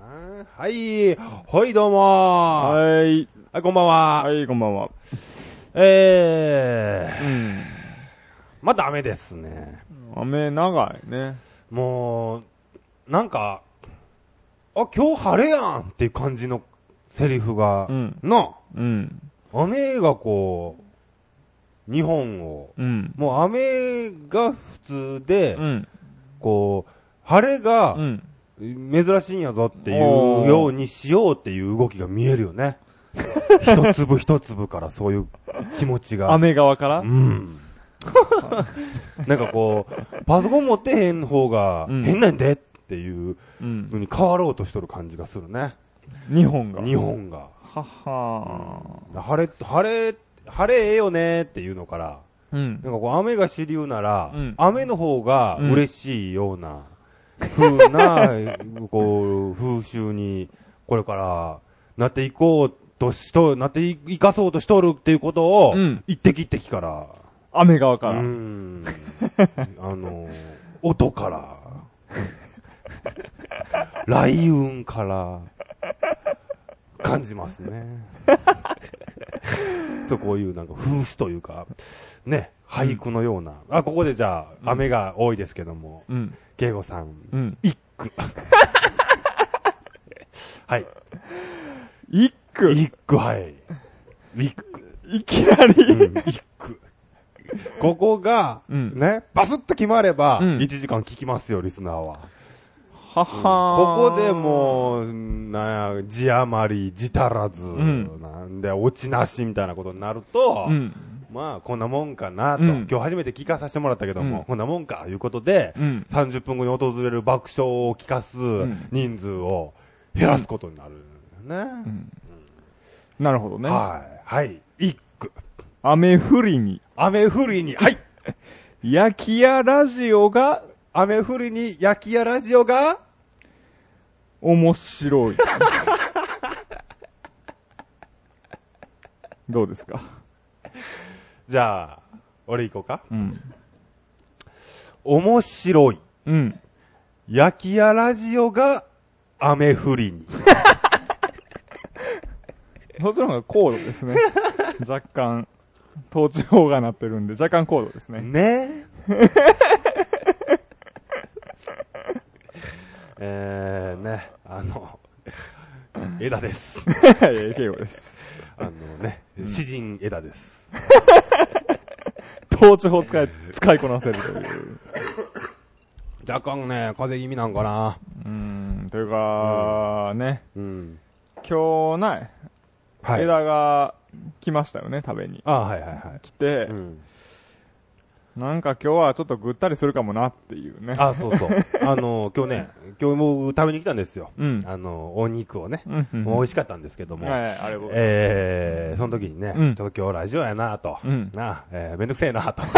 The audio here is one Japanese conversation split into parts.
はい、はいどうもはい。 はい、こんばんは。 はい、こんばんは。 また雨ですね。 雨長いね。 もう、なんか、今日晴れやんっていう感じのセリフが、雨がこう、日本を、もう雨が普通で、こう、晴れが、珍しいんやぞっていうようにしようっていう動きが見えるよね。一粒一粒からそういう気持ちが。 雨側からなんかこう、パソコン持ってへん方が変なんでっていう風に変わろうとしとる感じがするね。 日本が。 はは晴れええよねっていうのから、なんかこう雨が主流なら、雨の方が嬉しいような、風な、こう、風習に、これから、なっていこうとなっていかそうとしとるっていうことを、一滴一滴から、 雨側から。 音から、雷雲から、感じますね。と、こういうなんか風刺というか、ね、俳句のような。ここでじゃあ、雨が多いですけども、慶吾さん、一句。はい。 一句、 はい。一句。 いきなり、 一句。ここが、ね、バスッと決まれば、1時間聞きますよ、リスナーは。 ははここでもう、字余り、字足らず、なんで、落ちなしみたいなことになると、まあ、こんなもんかなと、今日初めて聞かさせてもらったけども、こんなもんか、いうことで、30分後に訪れる爆笑を聞かす人数を減らすことになるね。 なるほどね。 はい。一句。 雨降りに。 はい。 焼き屋ラジオが、 雨降りに焼き屋ラジオが、 面白い。どうですか？ じゃあ、俺行こうか。面白い。焼き屋ラジオが雨降りに。 そっちの方が高度ですね。若干、統治法がなってるんで、若干高度ですね。 ね枝です。 敬語です。 詩人枝です。 統治法使いこなせるという。 若干ね、風邪気味なんかな。 というか、ね。今日ない。枝が来ましたよね、食べに。来て、なんか今日はちょっとぐったりするかもなっていうね。 そうそう。今日も食べに来たんですよ。お肉をね。美味しかったんですけども。その時にね、ちょっと今日ラジオやなと。めんどくせえなと。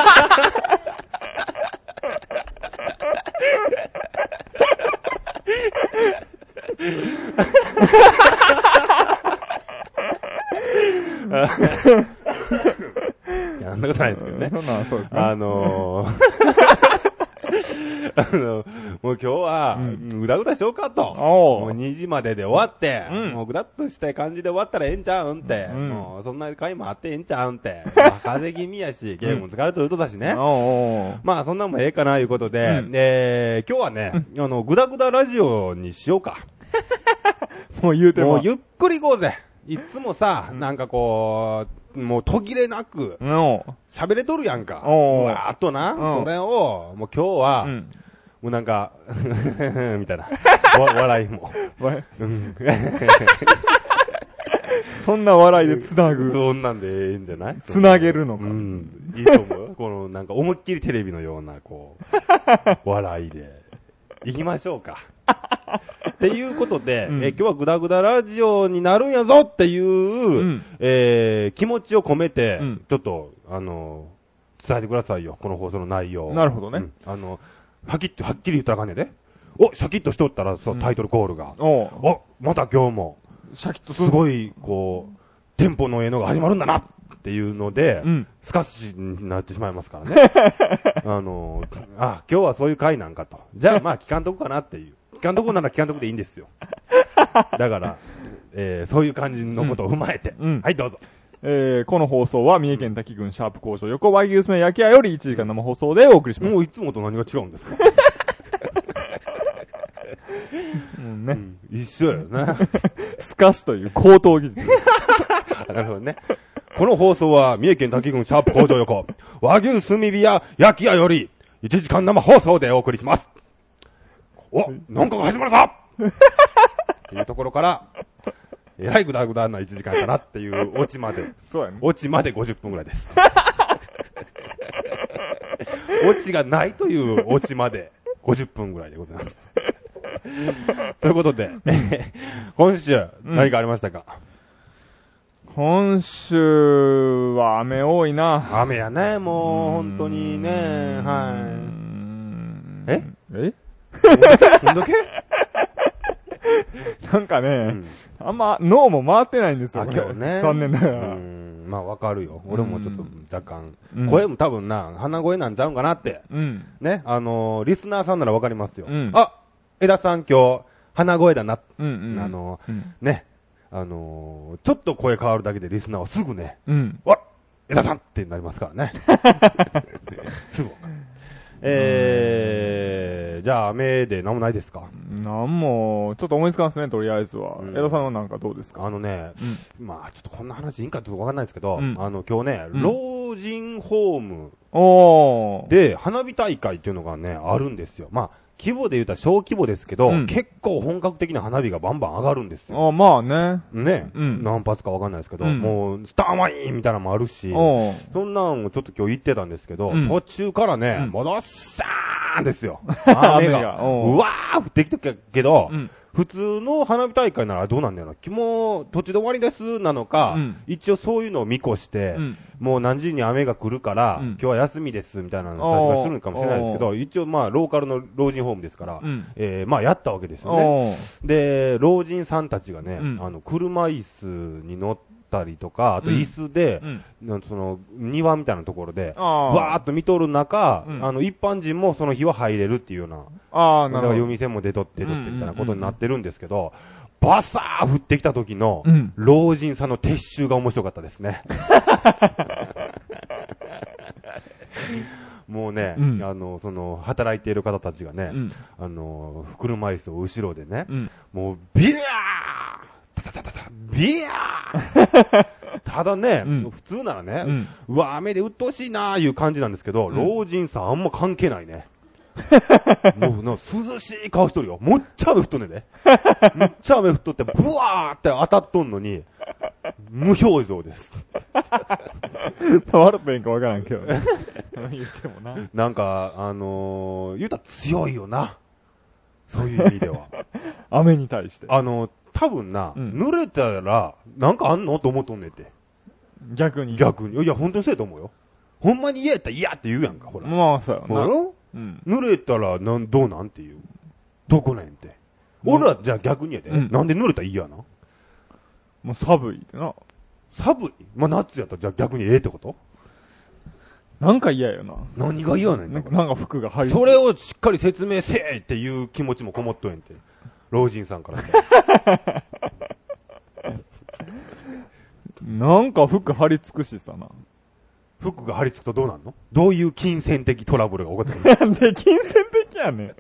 いや、そんなことないですけどね。 そうですね。 もう今日は、うだうだしようかと。もう2時までで終わって、もうぐだっとした感じで終わったらええんちゃうんって。もうそんな回もあってええんちゃうんって。風邪気味やし、ゲームも疲れとるとだしね。まあそんなんもええかないうことで、今日はね、ぐだぐだラジオにしようか。 もう言うても。 もうゆっくり行こうぜ。いつもさ、なんかこう、もう途切れなく、喋れとるやんか。わーっとな。それを、もう今日は、もうなんか、みたいな。笑いも。 そんな笑いでつなぐ。 そんなんでええんじゃない？ つなげるのか。 いいと思う。このなんか思いっきりテレビのような、こう、笑いで。行きましょうか。っていうことで、今日はグダグダラジオになるんやぞっていう、気持ちを込めて、ちょっと、伝えてくださいよ。この放送の内容。 なるほどね。 はっきり言ったらあかんねんで。シャキッとしとったら、そう、タイトルコールが。また今日も、 シャキッとすごい、こう、テンポのええのが始まるんだなっていうので、スカッシュになってしまいますからね。今日はそういう回なんかと。じゃあまあ聞かんとこかなっていう。聞かんとこなら聞かんとこでいいんですよ。 だから、そういう感じのことを踏まえて。はい、どうぞ。 この放送は三重県滝郡シャープ工場横和牛娘焼き屋より1時間生放送でお送りします。 もういつもと何が違うんですか？ね、一緒よね。 スカシという高等技術。 なるほどね。この放送は三重県滝郡シャープ工場横和牛炭火屋焼き屋より1時間生放送でお送りします。お、なんかが始まるぞっていうところから、えらいぐだぐだな1時間かなっていうオチまで。 そうやね。 オチまで50分ぐらいです。オチがないというオチまで50分ぐらいでございます。ということで、今週何かありましたか？ 今週は雨多いな。 雨やね、もう本当にね、はい。どんだけなんかね、あんま脳も回ってないんですよ。 今日ね。 残念ながら。 まあわかるよ。俺もちょっと若干、声も多分な、鼻声なんちゃうんかなって。ね、リスナーさんならわかりますよ。あ、枝さん今日、鼻声だな。ね、ちょっと声変わるだけでリスナーはすぐね、わっ枝さんってなりますからね。すぐ。じゃあ雨で何もないですか？ なんも、ちょっと思いつかんすね、とりあえずは。江田さんはなんかどうですか？ まあちょっとこんな話いいんかちょっとわかんないですけど、今日ね、老人ホームで花火大会っていうのがね、あるんですよ。まあ規模で言うたら小規模ですけど、結構本格的な花火がバンバン上がるんですよ。 まあね。 ね、何発かわかんないですけど、もう、スターマインみたいなのもあるし、そんなんをちょっと今日言ってたんですけど、途中からね、もうどっしゃーんですよ。雨が。うわー降ってきたけど、普通の花火大会ならどうなんだよな。もう途中で終わりですなのか、一応そういうのを見越して、もう何時に雨が来るから、今日は休みですみたいなの最初からするのかもしれないですけど、一応まあローカルの老人ホームですから、まあやったわけですよね。で、老人さんたちがね、車椅子に乗ったりとか、あと椅子で、その庭みたいなところで、わーっと見とる中、一般人もその日は入れるっていうような、だから夜店も出とってみたいなことになってるんですけど、バサー降ってきた時の、老人さんの撤収が面白かったですね。もうね、その、働いている方たちがね、車椅子を後ろでね、もう、ビヤービヤーただね、普通ならね、うわ、雨で鬱陶しいなーいう感じなんですけど、老人さんあんま関係ないね。もう涼しい顔しとるよ。もっちゃ雨降っとんねんで。もっちゃ雨降っとって、ブワーって当たっとんのに、無表情です。 悪っぺんかわからんけどね。言ってもな。 なんか、言うたら強いよな。そういう意味では。 雨に対して。 多分な、濡れたら、なんかあんのと思っとんねんて。 逆に。 いや、本当にそうやと思うよ。ほんまに嫌やったら嫌って言うやんか、ほら。 まあ、そうやな。 濡れたら、どうなんっていう。どこなんって。俺ら、じゃあ逆にやで。なんで濡れたら嫌な？ もう寒いってな。 寒い？まあ、夏やったら、じゃあ逆にってこと？ なんか嫌よな。 何が嫌ねん。 なんか服が入る。 それをしっかり説明せえっていう気持ちもこもっとんやんて。老人さんからなんか服張り付くしさな。 服が張り付くとどうなんの？どういう金銭的トラブルが起こってくるの？なんで金銭的やねん。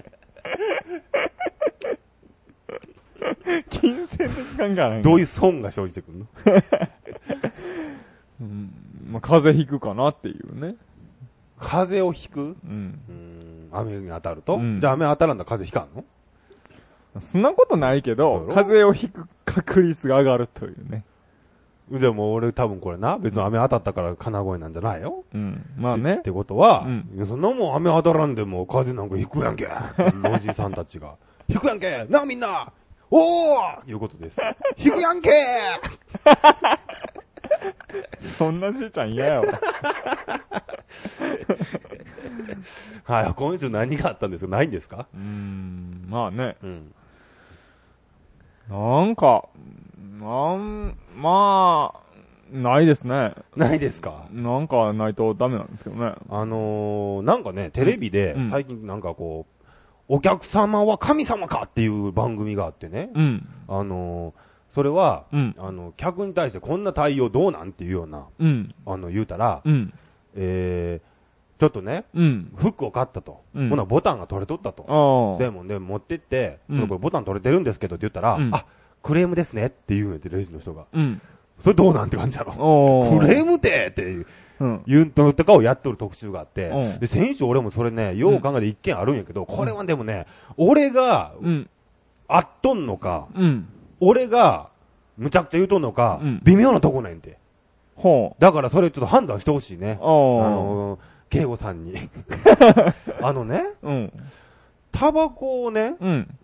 金銭的感がない。 どういう損が生じてくるの？ まあ、風邪ひくかなっていうね。 風邪をひく？雨に当たると？じゃあ雨当たらんだら風邪ひかんの？ そんなことないけど、風邪をひく確率が上がるというね。 でも俺多分これな、別に雨当たったから金声なんじゃないよ。 まあね。 ってことは、そんなもん雨当たらんでも風なんかひくやんけ。老人さんたちが。ひくやんけなあみんなおーいうことです。ひくやんけそんなじいちゃん嫌やわ。 はい、今週何があったんですか？ないんですか？ まあね。なんか、まあ、ないですね。 ないですか？ なんかないとダメなんですけどね。 なんかね、テレビで、最近なんかこう、 お客様は神様かっていう番組があってね。それは、客に対してこんな対応どうなんっていうような、言うたら、ちょっとね、服を買ったと。ほな、ボタンが取れとったと。でもね、持ってって、ちょっとこれボタン取れてるんですけどって言ったら、あ、クレームですねって言うんやって、レジの人が。それどうなんって感じやろ。クレームでっていう。ユントとかをやっとる特集があって、で、先週俺もそれね、よう考えて一件あるんやけど、これはでもね、俺が、あっとんのか、俺が、むちゃくちゃ言うとんのか、微妙なとこなんやんて。だからそれちょっと判断してほしいね。慶吾さんに。タバコをね、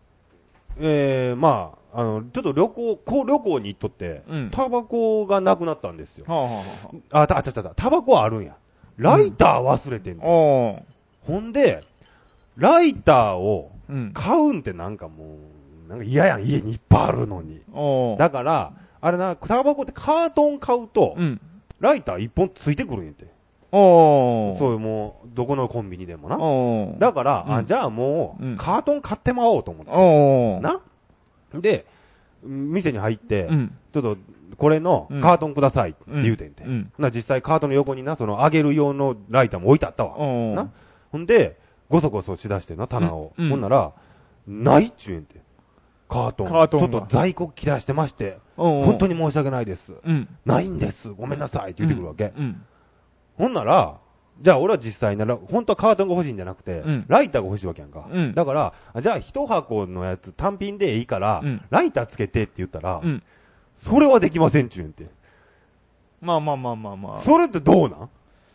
まあ、ちょっと旅行に行っとって、タバコがなくなったんですよ。タバコはあるんや。ライター忘れてんの。ほんで、ライターを買うんってなんかもう、なんか嫌やん、家にいっぱいあるのに。だから、あれな、タバコってカートン買うと、ライター一本ついてくるんやって。そういうもう、どこのコンビニでもな。だから、じゃあもう、カートン買ってまおうと思って。なで、店に入って、ちょっと、これのカートンくださいって言うてんて。実際カートンの横にな、その揚げる用のライターも置いてあったわ。な。ほんで、ごそごそしだしてな、棚を。ほんなら、ないっちゅうえんて。カートン。ちょっと在庫切らしてまして、本当に申し訳ないです。ないんです。ごめんなさいって言ってくるわけ。ほんなら、じゃあ俺は実際なら、本当はカートンが欲しいんじゃなくて、ライターが欲しいわけやんか。だから、じゃあ一箱のやつ単品でいいから、ライターつけてって言ったら、それはできませんちゅうんて。 まあ。 それってどうなん？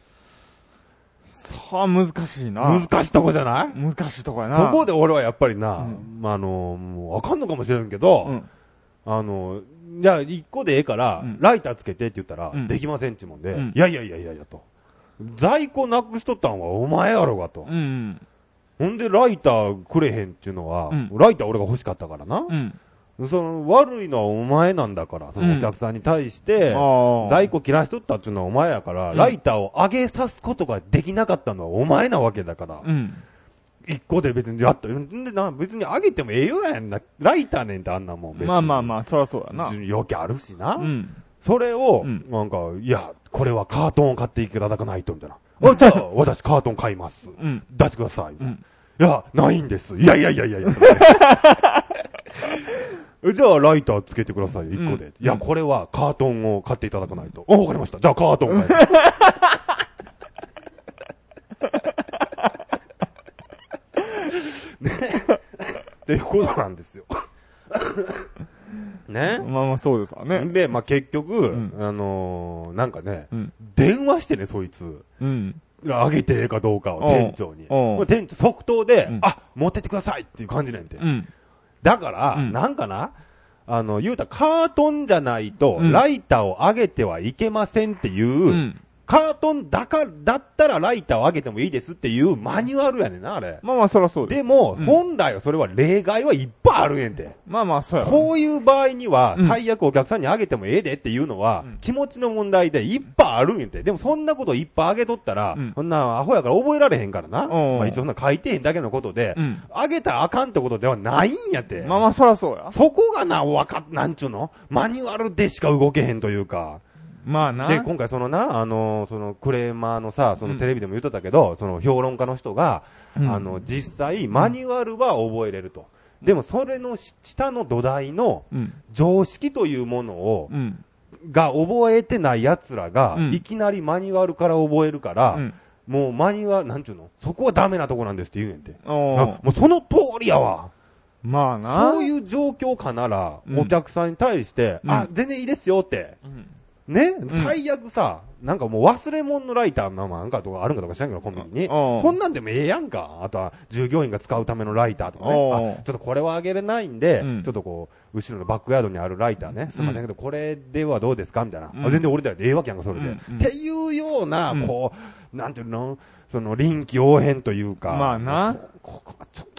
難しいな。 難しいとこじゃない？ 難しいとこやな。 そこで俺はやっぱりな、もうわかんのかもしれんけど、じゃあ一個でええから、ライターつけてって言ったら、できませんちもんで、いやと。在庫なくしとったんはお前やろがと。ほんでライターくれへんっていうのは、ライター俺が欲しかったからな。その悪いのはお前なんだから、そのお客さんに対して、在庫切らしとったっていうのはお前やから、ライターを上げさすことができなかったのはお前なわけだから、一個で別にやっと、別に上げてもええよやんな。ライターねんってあんなもん別に。 まあ、そらそうやな。 余計あるしな。それを、なんか、いや、これはカートンを買っていただかないと、みたいな。じゃあ、私カートン買います。出してください。いや、ないんです。いや。じゃあ、ライターつけてください、一個で。いや、これはカートンを買っていただかないと。わかりました。じゃあ、カートン買います。ね。っていうことなんですよ。ね。 まあそうですわね。 で、結局、なんかね、電話してね、そいつ。あげてええかどうかを店長に。店長即答で、持ってってくださいっていう感じなんで。だから、なんかな、言うたらカートンじゃないと、ライターを上げてはいけませんっていう、カートンだったらライターを上げてもいいですっていうマニュアルやねんな、あれ。 まあそらそうです。 でも、本来はそれは例外はいっぱいあるんやんて。 そうや。 こういう場合には、最悪お客さんに上げてもええでっていうのは、気持ちの問題でいっぱいあるんやんて。でもそんなこといっぱい上げとったら、そんなアホやから覚えられへんからな。一応そんな書いてへんだけのことで、上げたらあかんってことではないんやて。 まあそらそうや。 そこがな、なんちゅうの？マニュアルでしか動けへんというか。 まあな。 で、今回そのな、そのクレーマーのさ、そのテレビでも言っとったけど、その評論家の人が、実際マニュアルは覚えれると。でもそれの下の土台の常識というものを、が覚えてない奴らが、いきなりマニュアルから覚えるから、もうマニュアル、なんちゅうの、そこはダメなとこなんですって言うんやんて。もうその通りやわ。 まあな。 そういう状況かなら、お客さんに対して、全然いいですよって。ね、最悪さ、なんかもう忘れ物のライターなんかとかあるんかとか知らんけど、コンビニに。そんなんでもええやんか。あとは、従業員が使うためのライターとかね。ちょっとこれはあげれないんで、ちょっとこう、後ろのバックヤードにあるライターね。すいませんけど、これではどうですかみたいな。全然俺だよええわけやんか、それで。っていうような、こう、なんていうの、その臨機応変というか。 まあな。 ここはちょっと、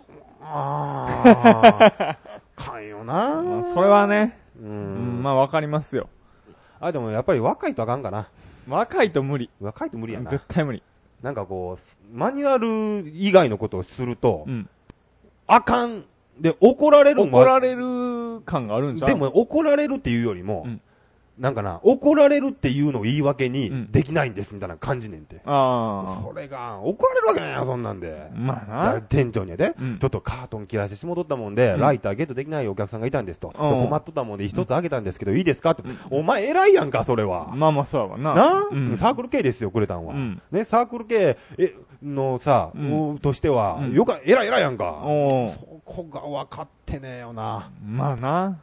かんよな。 それはね。まあわかりますよ。 でもやっぱり若いとあかんかな。 若いと無理。 若いと無理やな。 絶対無理。 なんかこう、マニュアル以外のことをすると、 あかん。で、怒られる感があるんじゃん。 でも怒られるっていうよりも、なんかな、怒られるっていうのを言い訳にできないんですみたいな感じねんて。それが、怒られるわけないやん、そんなんで。 まあな。 店長にやで、ちょっとカートン切らしてしもとったもんで、ライターゲットできないお客さんがいたんですと。困っとったもんで一つあげたんですけど、いいですかって。お前偉いやんか、それは。 まあまあそうやわな。 サークル系ですよ、くれたんは。ね、サークル系のさ、としては、偉いやんか。そこが分かってねえよな。 まあな。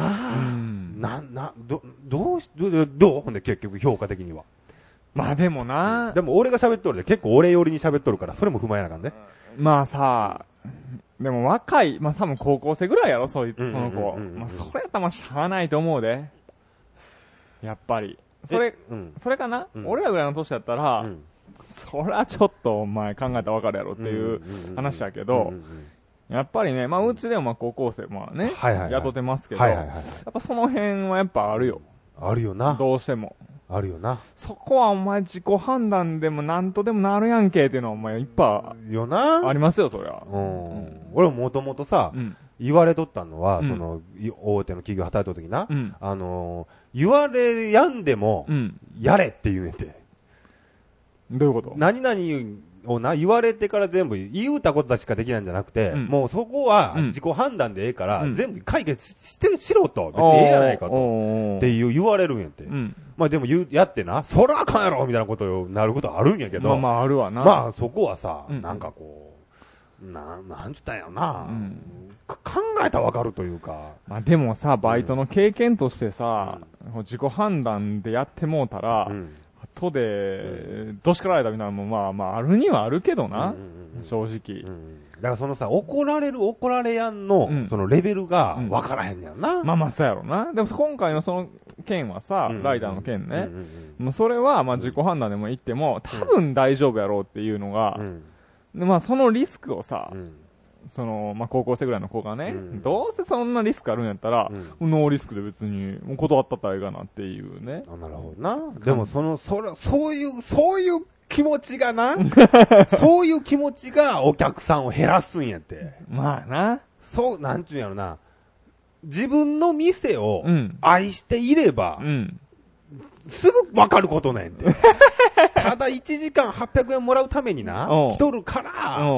どうほんで結局評価的には。 まあでもな。 でも俺が喋っとるで結構俺寄りに喋っとるから、それも踏まえなあかんね。 まあさ、でも若い、まあ多分高校生ぐらいやろ、その子。まあそれやったらまあしゃあないと思うで。やっぱり。それかな、俺らぐらいの年やったら、そりゃちょっとお前考えたらわかるやろっていう話やけど、やっぱりね、まあうちでもまあ高校生まあね、雇ってますけど、やっぱその辺はやっぱあるよ。 あるよな。 どうしても。 あるよな。 そこはお前自己判断でもなんとでもなるやんけっていうのはお前いっぱいよな。 ありますよ、そりゃ。 俺ももともとさ、言われとったのは、その、大手の企業働いた時な、言われやんでも、やれって言うねんて。 どういうこと？ 何々をな、言われてから全部言うたことしかできないんじゃなくて、もうそこは自己判断でええから、全部解決しろと。別にええやないかと。って言われるんやって。まあでもやってな、そらあかんやろみたいなことになることあるんやけど。 まああるわな。 まあそこはさ、なんかこう、なんつったんやろな。考えたらわかるというか。 まあでもさ、バイトの経験としてさ、自己判断でやってもうたら、後で、どしかられたみたいなのもまああるにはあるけどな、正直。 だからそのさ、怒られやんの、そのレベルが分からへんねやな。 まあまあそうやろな。でも今回のその件はさ、ライダーの件ね。もうそれはまあ自己判断でも言っても、多分大丈夫やろうっていうのが、でまあそのリスクをさ、その、まあ、高校生ぐらいの子がね、どうせそんなリスクあるんやったら、ノーリスクで別に、断ったったらええかなっていうね。 なるほどな。でもそういう気持ちがな、そういう気持ちがお客さんを減らすんやって。 まあな。 なんちゅうんやろな。自分の店を愛していれば、すぐ分かることなんやて。ただ1時間800円もらうためにな、来とるから、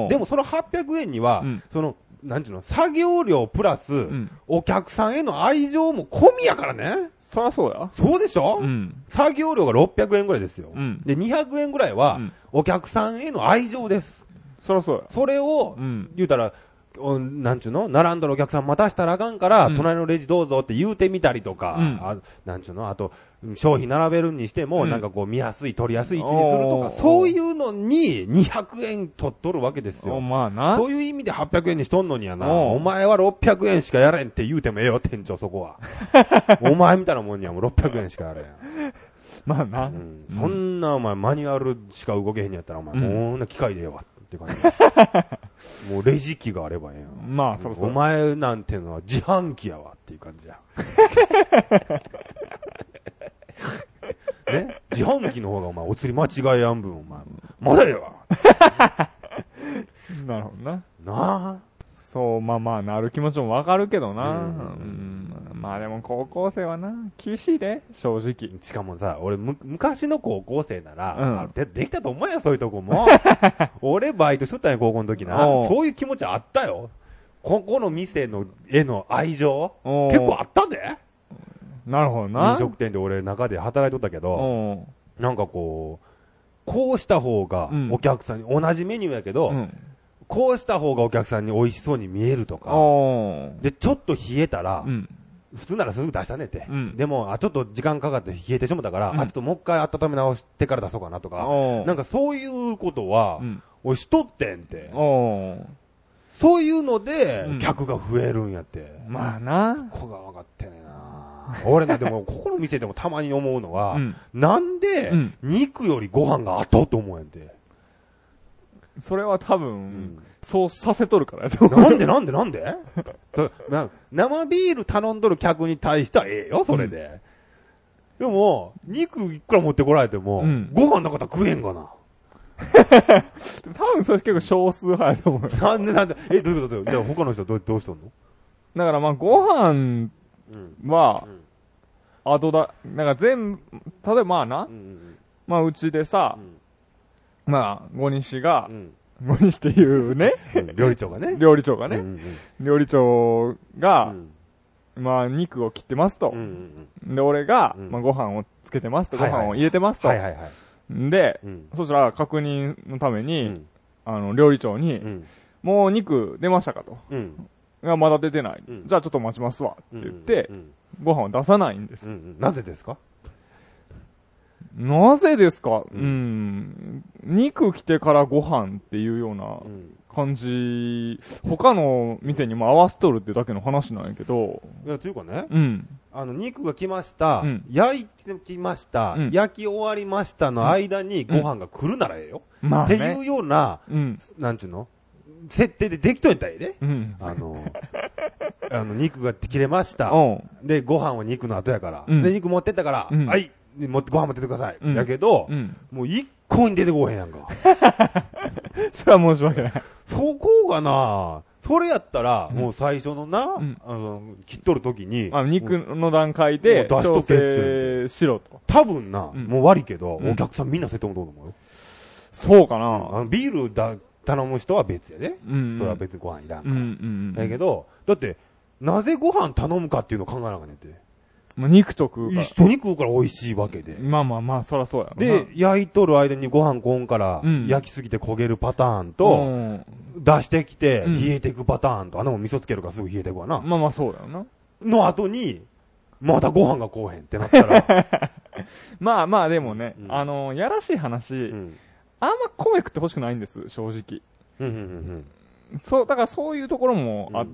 でもその800円には、その、なんちゅうの、作業料プラス、お客さんへの愛情も込みやからね。 そらそうや。 そうでしょ、作業料が600円ぐらいですよ。で、200円ぐらいは、お客さんへの愛情です。 そらそうや。 それを、言うたら、なんちゅうの並んだらお客さん待たしたらあかんから、隣のレジどうぞって言うてみたりとか、なんちゅうのあと、商品並べるにしても、なんかこう見やすい、取りやすい位置にするとか、そういうのに200円取っとるわけですよ。 まあな。 そういう意味で800円にしとんのにやな。お前は600円しかやれんって言うてもええよ、店長そこは。お前みたいなもんにはもう600円しかやれん。 まあな。 そんなお前マニュアルしか動けへんやったらお前もう機械でええわって感じ。もうレジ機があればええやん。 まあそうそう。 お前なんてのは自販機やわっていう感じや。ね、自販機の方がお前お釣り間違いやん分お前まだええわ。 なるほどな。 なあ。 そう、まあなる気持ちもわかるけどな。まあでも高校生はな、厳しいで、正直。 しかもさ、俺昔の高校生なら、できたと思うやん、そういうとこも。俺バイトしとったんや、高校の時な。そういう気持ちあったよ。ここの店のへの愛情結構あったで。 なるほどな。 飲食店で俺中で働いとったけど、なんかこうした方がお客さんに、同じメニューやけど、こうした方がお客さんに美味しそうに見えるとか、で、ちょっと冷えたら、普通ならすぐ出したねって。でも、ちょっと時間かかって冷えてしまったから、ちょっともう一回温め直してから出そうかなとか、なんかそういうことは、俺しとってんて。そういうので、客が増えるんやって。 まあな。 ここが分かってねえな。俺ね、でも、ここの店でもたまに思うのは、なんで、肉よりご飯が後と思うんやって。 それは多分、そうさせとるからやなんで生ビール頼んどる客に対してはええよ、それで。でも、肉いくら持ってこられても、ご飯なかったら食えんかな。 多分それ結構少数派やと思う。 なんで、どういうことだよ。他の人はどうしとんの？ だからまあ、ご飯は、後だ、なんか例えばまあな、まあうちでさ、まあ、小西っていうね、 料理長がね、 料理長が、まあ、肉を切ってますと。で、俺が、まあ、ご飯をつけてますと。ご飯を入れてますと。で、そしたら確認のために、料理長に、もう肉出ましたかと。がまだ出てない。じゃあちょっと待ちますわ。って言って、ご飯を出さないんです。 なぜですか？ なぜですか？肉来てからご飯っていうような感じ、他の店にも合わせとるってだけの話なんやけど。 いや、というかね、肉が来ました、焼いてきました、焼き終わりましたの間にご飯が来るならええよ。っていうような、なんちゅうの設定でできといたらええで。肉が切れました。で、ご飯は肉の後やから。で、肉持ってったから、はい、ご飯持ってってください。だけど、もう一個に出てこへんやんか。 それは申し訳ない。 そこがな、それやったら、もう最初のな、切っとるときに、 肉の段階で調整しろと。 多分な、もう悪いけど、お客さんみんなそうやって思うと思うよ。 そうかな。 ビール頼む人は別やで。それは別にご飯いらんから。だけど、だって、なぜご飯頼むかっていうのを考えなきゃねって。 肉と食うから。 一緒に食うから美味しいわけで。 まあ、そらそうやろ。 で、焼いとる間にご飯こんから、焼きすぎて焦げるパターンと、出してきて、冷えていくパターンと、も味噌つけるからすぐ冷えていくわな。 まあ、そうだよな。 の後に、まだご飯が来おへんってなったら。 まあ、でもね、やらしい話、あんま米食ってほしくないんです、正直。そう、だからそういうところもあって、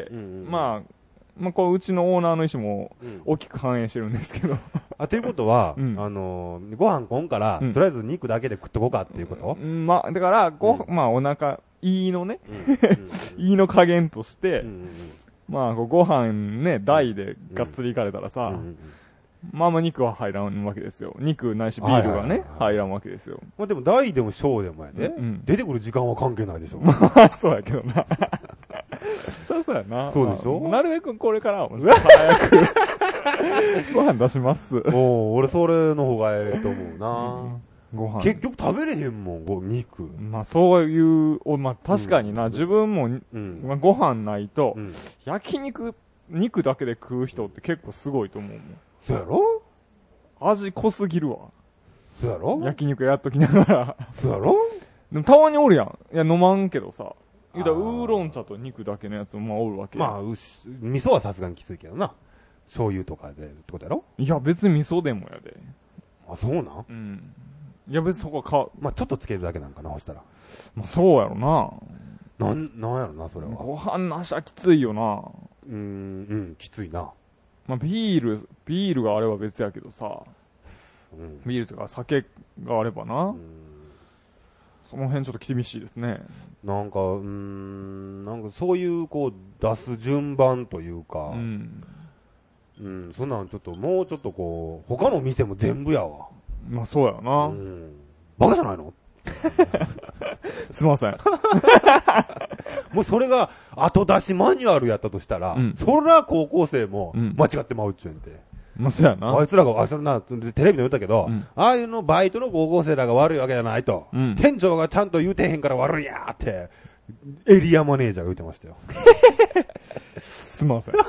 まあ、こう、うちのオーナーの意思も大きく反映してるんですけど。 ということは、ご飯こんから、とりあえず肉だけで食っとこうかっていうこと？ まあ、だから、まあ、お腹、胃のね、胃の加減として、まあ、ご飯ね、大でがっつりいかれたらさ、まあ肉は入らんわけですよ。肉ないしビールがね、入らんわけですよ。 まあでも大でも小でもやで。出てくる時間は関係ないでしょ。 まあ、そうやけどな。そうやな。 そうでしょ？ なるべくこれからは早くご飯出します。 俺それの方がええと思うな。ご飯。結局食べれへんもん、肉。 まあそういう、まあ確かにな、自分も、ご飯ないと、焼肉、肉だけで食う人って結構すごいと思うもん。 そうやろ？ 味濃すぎるわ。 そうやろ？ 焼肉やっときながら。 そうやろ？ でもたまにおるやん。いや、飲まんけどさ。言うたらウーロン茶と肉だけのやつもまあおるわけ。 まあ、味噌はさすがにきついけどな。醤油とかでってことやろ？ いや、別に味噌でもやで。 あ、そうなん？ うん。いや、別にそこはまあ、ちょっとつけるだけなんかな、そしたら。 まあ、そうやろな。 なんやろな、それは。 ご飯なしはきついよな。 きついな。 まあ、ビールがあれば別やけどさ。ビールとか酒があればな。その辺ちょっと厳しいですね。 なんかそういう、こう、出す順番というか、そんなんちょっと、もうちょっとこう、他の店も全部やわ。 まあそうやな。 バカじゃないの？ すいません。 もうそれが後出しマニュアルやったとしたら、そら高校生も間違ってまうっちゅうんで。 まあそうやな。 あいつらが、そんな、テレビで言ったけど、ああいうのバイトの高校生らが悪いわけじゃないと。店長がちゃんと言うてへんから悪いやーって、エリアマネージャーが言ってましたよ。 すいません。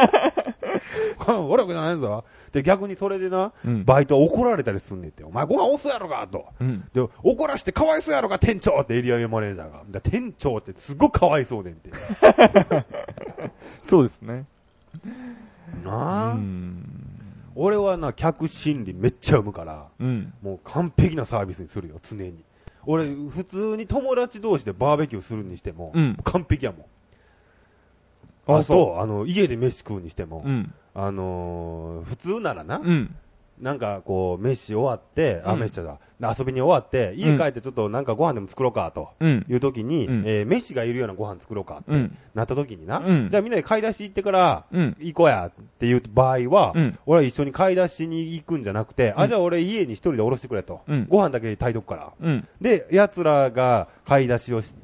悪くじゃないぞ。で、逆にそれでな、バイトは怒られたりすんねんって。お前ご飯遅やろかと。で、怒らしてかわいそうやろか、店長ってエリアマネージャーが。店長ってすごくかわいそうねんって。 そうですね。 なあ。俺はな、客心理めっちゃ読むから、もう完璧なサービスにするよ、常に。俺、普通に友達同士でバーベキューするにしても、完璧やもん。あと、家で飯食うにしても、普通ならな、 なんかこう、飯終わって、飯だ。遊びに終わって、家帰ってちょっとなんかご飯でも作ろうか、という時に、飯がいるようなご飯作ろうか、ってなった時にな。じゃあみんなで買い出し行ってから、行こうや、っていう場合は、俺は一緒に買い出しに行くんじゃなくて、じゃあ俺家に一人でおろしてくれと。ご飯だけ炊いとくから。で、奴らが買い出しをして、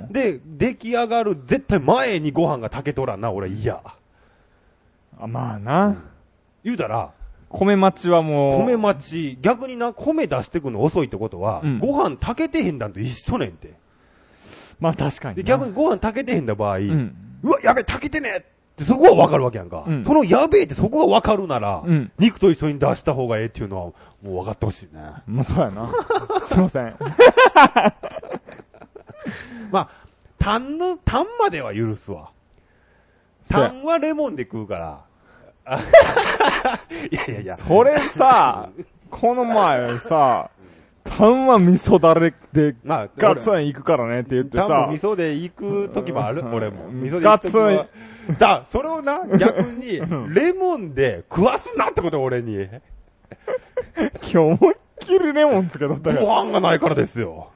で、出来上がる絶対前にご飯が炊けとらんな、俺嫌。 まあな。 言うたら、 米待ちはもう。 米待ち、逆にな、米出してくの遅いってことは、ご飯炊けてへんだんと一緒ねんて。 まあ確かに。 で、逆にご飯炊けてへんだ場合、うわ、やべえ、炊けてねえってそこはわかるわけやんか。そのやべえってそこがわかるなら、肉と一緒に出した方がええっていうのは、もう分かってほしいね。 もうそうやな。すいません。 まあ、タンまでは許すわ。タンはレモンで食うから。いや。 それさ、この前さ、タンは味噌だれで、ガツン行くからねって言ってさ。 タンも味噌で行く時もある俺も。味噌で行く時は。じゃあ、それをな、逆に、レモンで食わすなってこと俺に。 今日思いっきりレモンつけとったよ。 ご飯がないからですよ。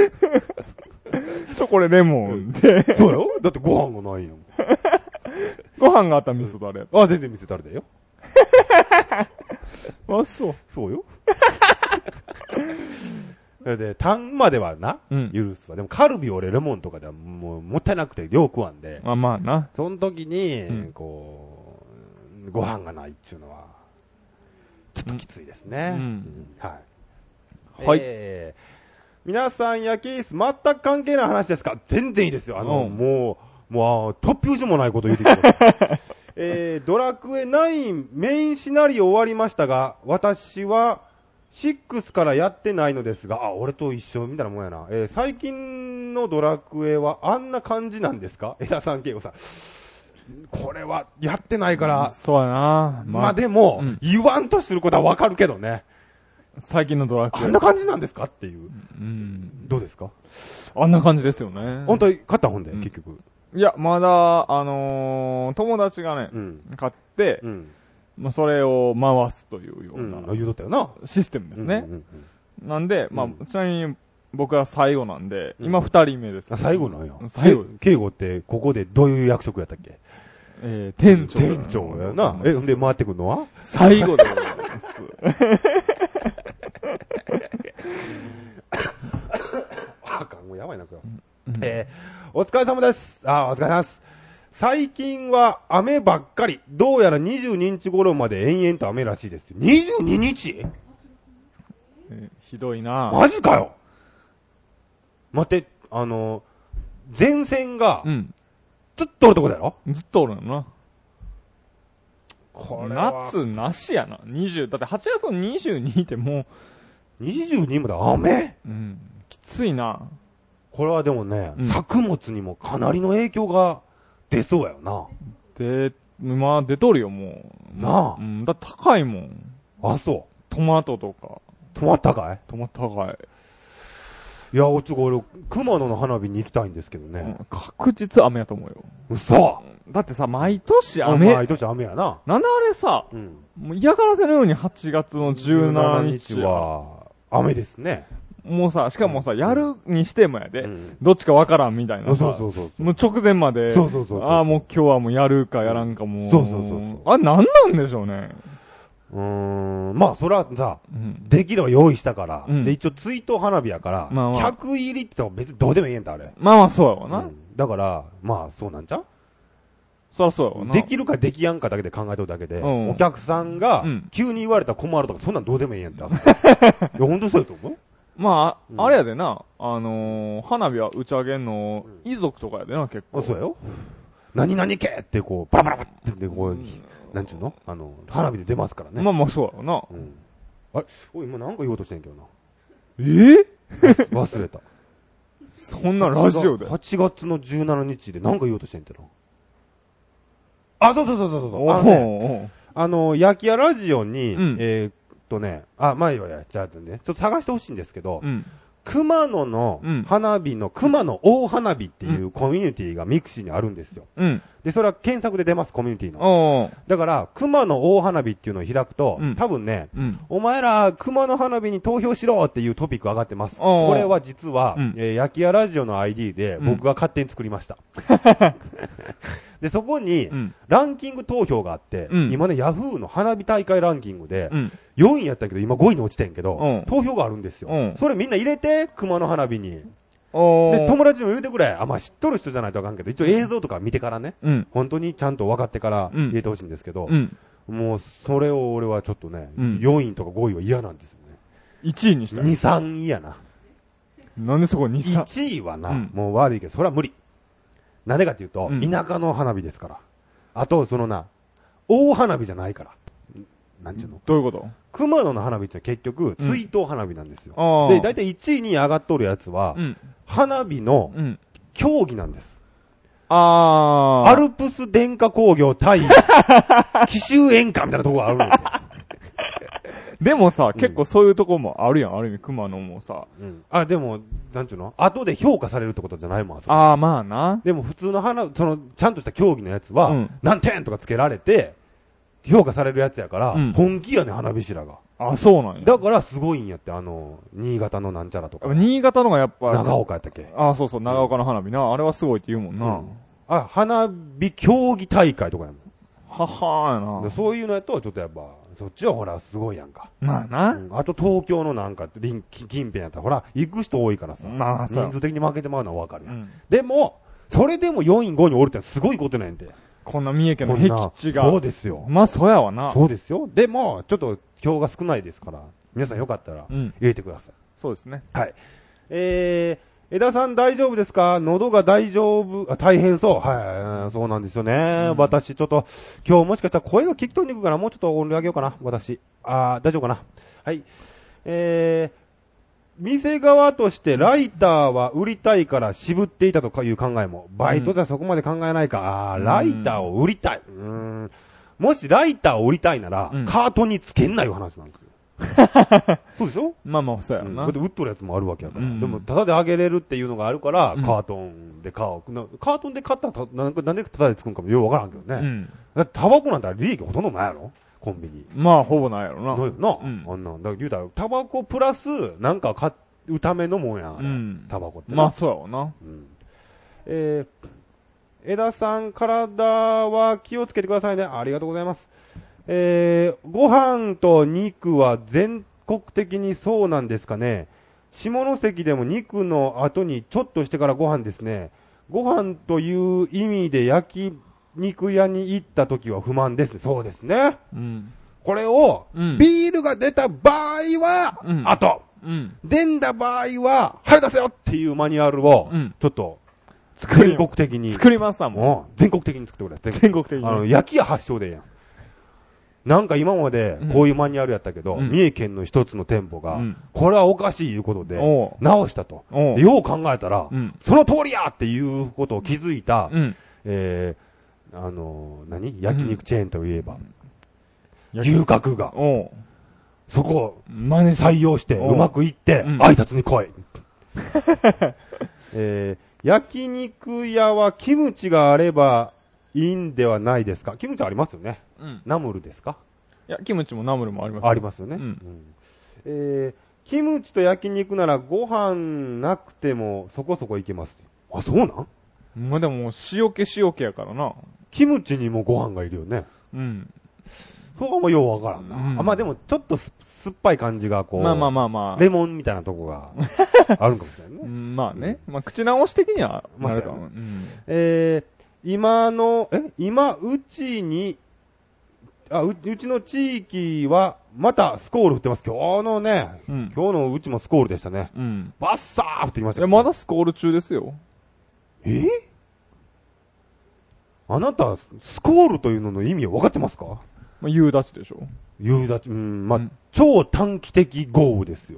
これレモンで。 そうよ。だってご飯がないよ。 ご飯があったら味噌だれ。 全然味噌だれだよ。 そう。 そうよ。で、タンまではな、許すわ。でもカルビ俺レモンとかではもうもったいなくて量食わんで。 まあな。 その時に、こう、ご飯がないっていうのは、ちょっときついですね。はい。はい。皆さんやケース全く関係ない話ですか？全然いいですよ。もう、突拍子もないこと言ってきて。ドラクエ9メインシナリオ終わりましたが、私は6からやってないのですが、俺と一緒みたいなもんやな。最近のドラクエはあんな感じなんですか？枝さん、慶吾さん。これはやってないから。 そうやな。 まあでも、言わんとすることはわかるけどね。 最近のドラクエ。 あんな感じなんですかっていう。どうですか？ あんな感じですよね。 本当に買った本で、結局。 いや、まだ、友達がね、買って、それを回すというような、 言うとったよな。 システムですね。なんで、ちなみに僕は最後なんで、今2人目です。 最後なんや。 最後。 慶吾って、ここでどういう約束やったっけ？ 店長。 店長やな。んで回ってくるのは最後でございます。 もうやばいな、お疲れ様です。お疲れ様です。最近は雨ばっかり。どうやら22日頃まで延々と雨らしいです。22日？ ひどいな。 マジかよ。待って、前線が、ずっとおるとこだよ。 ずっとおるのな。 これは夏なしやな。だって8月の22ってもう。22まで雨？ きついな。 これはでもね、作物にもかなりの影響が出そうやよな。 出とるよ、もう。 なあ。 だって高いもん。 そう。 トマトとか。 トマト高い？ トマト高い。 いや、俺、熊野の花火に行きたいんですけどね。 確実雨やと思うよ。 嘘！ だってさ、毎年雨。 毎年雨やな。 なんであれさ、もう嫌がらせのように8月の17日は、雨ですね。 もうさ、しかもさ、やるにしてもやで、どっちかわからんみたいなさ、もう直前まで、もう今日はもうやるかやらんかもう、なんなんでしょうね。 まあ、それはさ、できれば用意したから、で、一応追悼花火やから、100入りって言っても別にどうでもいいんだ、あれ。 そうやわな。 だから、そうなんちゃう？ そらそうやわな。 できるかできやんかだけで考えとるだけで、お客さんが、急に言われたら困るとか、そんなんどうでもいいやんだ。いや、ほんとそうやと思う？ あれやでな、花火は打ち上げんの、遺族とかやでな、結構。 そうやよ。何々系ってこう、バラバラバってこう、なんちゅうの？花火で出ますからね。 そうやろな。 あれ？今なんか言おうとしてんけどな。忘れた。 そんなラジオで。 8月の17日でなんか言おうとしてんけどな。そう。焼き屋ラジオに、まあいいわや、じゃあね、ちょっと探してほしいんですけど、 熊野の花火の、熊野大花火っていうコミュニティがミクシーにあるんですよ。で、それは検索で出ます、コミュニティの。だから、熊野大花火っていうのを開くと、多分ね、お前ら熊野花火に投票しろっていうトピック上がってます。これは実は、焼き屋ラジオの ID で僕が勝手に作りました。で、そこに、ランキング投票があって、今ね、ヤフーの花火大会ランキングで、4位やったけど、今5位に落ちてんけど、投票があるんですよ。それみんな入れて、熊野花火に。で、友達にも言うてくれ。まあ、知っとる人じゃないとあかんけど、一応映像とか見てからね、本当にちゃんと分かってから入れてほしいんですけど、もう、それを俺はちょっとね、4位とか5位は嫌なんですよね。 1位にした ?2、3位やな。 なんでそこ2、3? 1位はな、もう悪いけど、それは無理。なんでかっていうと、田舎の花火ですから。あと、そのな、大花火じゃないから。なんちゅうの？ どういうこと？ 熊野の花火って結局、追悼花火なんですよ。で、だいたい1位に上がっとるやつは、花火の競技なんです。アルプス電化工業対、紀州演歌みたいなところがあるんですよ。 でもさ、結構そういうとこもあるやん、ある意味、熊野もさ。 でも、なんちゅうの？後で評価されるってことじゃないもん、 まあな。 でも普通のちゃんとした競技のやつは、何点とかつけられて、評価されるやつやから、本気やね、花火師らが。 そうなんや。 だからすごいんやって、新潟のなんちゃらとか。 新潟のがやっぱ。 長岡やったっけ？ そうそう、長岡の花火な。あれはすごいって言うもんな。 花火競技大会とかやもん。 ははーやな。 そういうのやと、ちょっとやっぱ、そっちはほら、すごいやんか。 まあな。 あと東京のなんか、近辺やったら、ほら、行く人多いからさ。人数的に負けてまうのはわかるやん。でも、それでも4位5位におるってすごいことなんやんて。 こんな三重県の僻地が。 そうですよ。 まあ、そうやわな。 そうですよ。でも、ちょっと票が少ないですから、皆さんよかったら、入れてください。 そうですね。 はい。枝さん大丈夫ですか？喉が大丈夫？大変そう。はい。そうなんですよね。私、ちょっと、今日もしかしたら声が聞き取りにくいから、もうちょっと音量上げようかな。私。大丈夫かな。はい。店側としてライターは売りたいから渋っていたという考えも、バイトじゃそこまで考えないか。ライターを売りたい。もしライターを売りたいなら、カートにつけんないう話なんですよ。そうでしょ？ まあまあ、そうやな。 だって売っとるやつもあるわけやから。でも、タダであげれるっていうのがあるから、カートンで買おう。カートンで買ったら、なんでタダでつくんかもよくわからんけどね。だってタバコなんて利益ほとんどないやろ？コンビニ。 まあ、ほぼないやろな。 ないよな。あんなん。だから言うたら、タバコプラス、なんか買うためのもんや。タバコって。 まあ、そうやわな。 枝さん、体は気をつけてくださいね。ありがとうございます。ご飯と肉は全国的にそうなんですかね。下関でも肉の後にちょっとしてからご飯ですね。ご飯という意味で焼肉屋に行った時は不満です。そうですね。これを、ビールが出た場合は、後。出んだ場合は、早出せよっていうマニュアルを、ちょっと、全国的に。 作りますわ、もう。全国的に作ってくれ。 全国的に。 焼き屋発祥でやん。なんか今までこういうマニュアルやったけど、三重県の一つの店舗が、これはおかしいいうことで、直したと。よう考えたら、その通りやっていうことを気づいた、焼肉チェーンといえば、牛角が、そこを採用して、うまくいって、挨拶に来い。焼肉屋はキムチがあればいいんではないですか？キムチありますよね。ナムルですか？ いや、キムチもナムルもありますよ。 ありますよね。キムチと焼肉ならご飯なくてもそこそこいけます。あ、そうなん？ まあでも、塩気やからな。 キムチにもご飯がいるよね。そこもようわからんな。まあでも、ちょっと酸っぱい感じがこう、レモンみたいなとこがあるかもしれないね。 まあね。まあ口直し的にはなるかも。 今、うちの地域は、またスコール降ってます。今日のうちもスコールでしたね。バッサー降ってきました。 まだスコール中ですよ。 あなた、スコールというのの意味を分かってますか？ 夕立でしょ。 夕立、超短期的豪雨ですよ。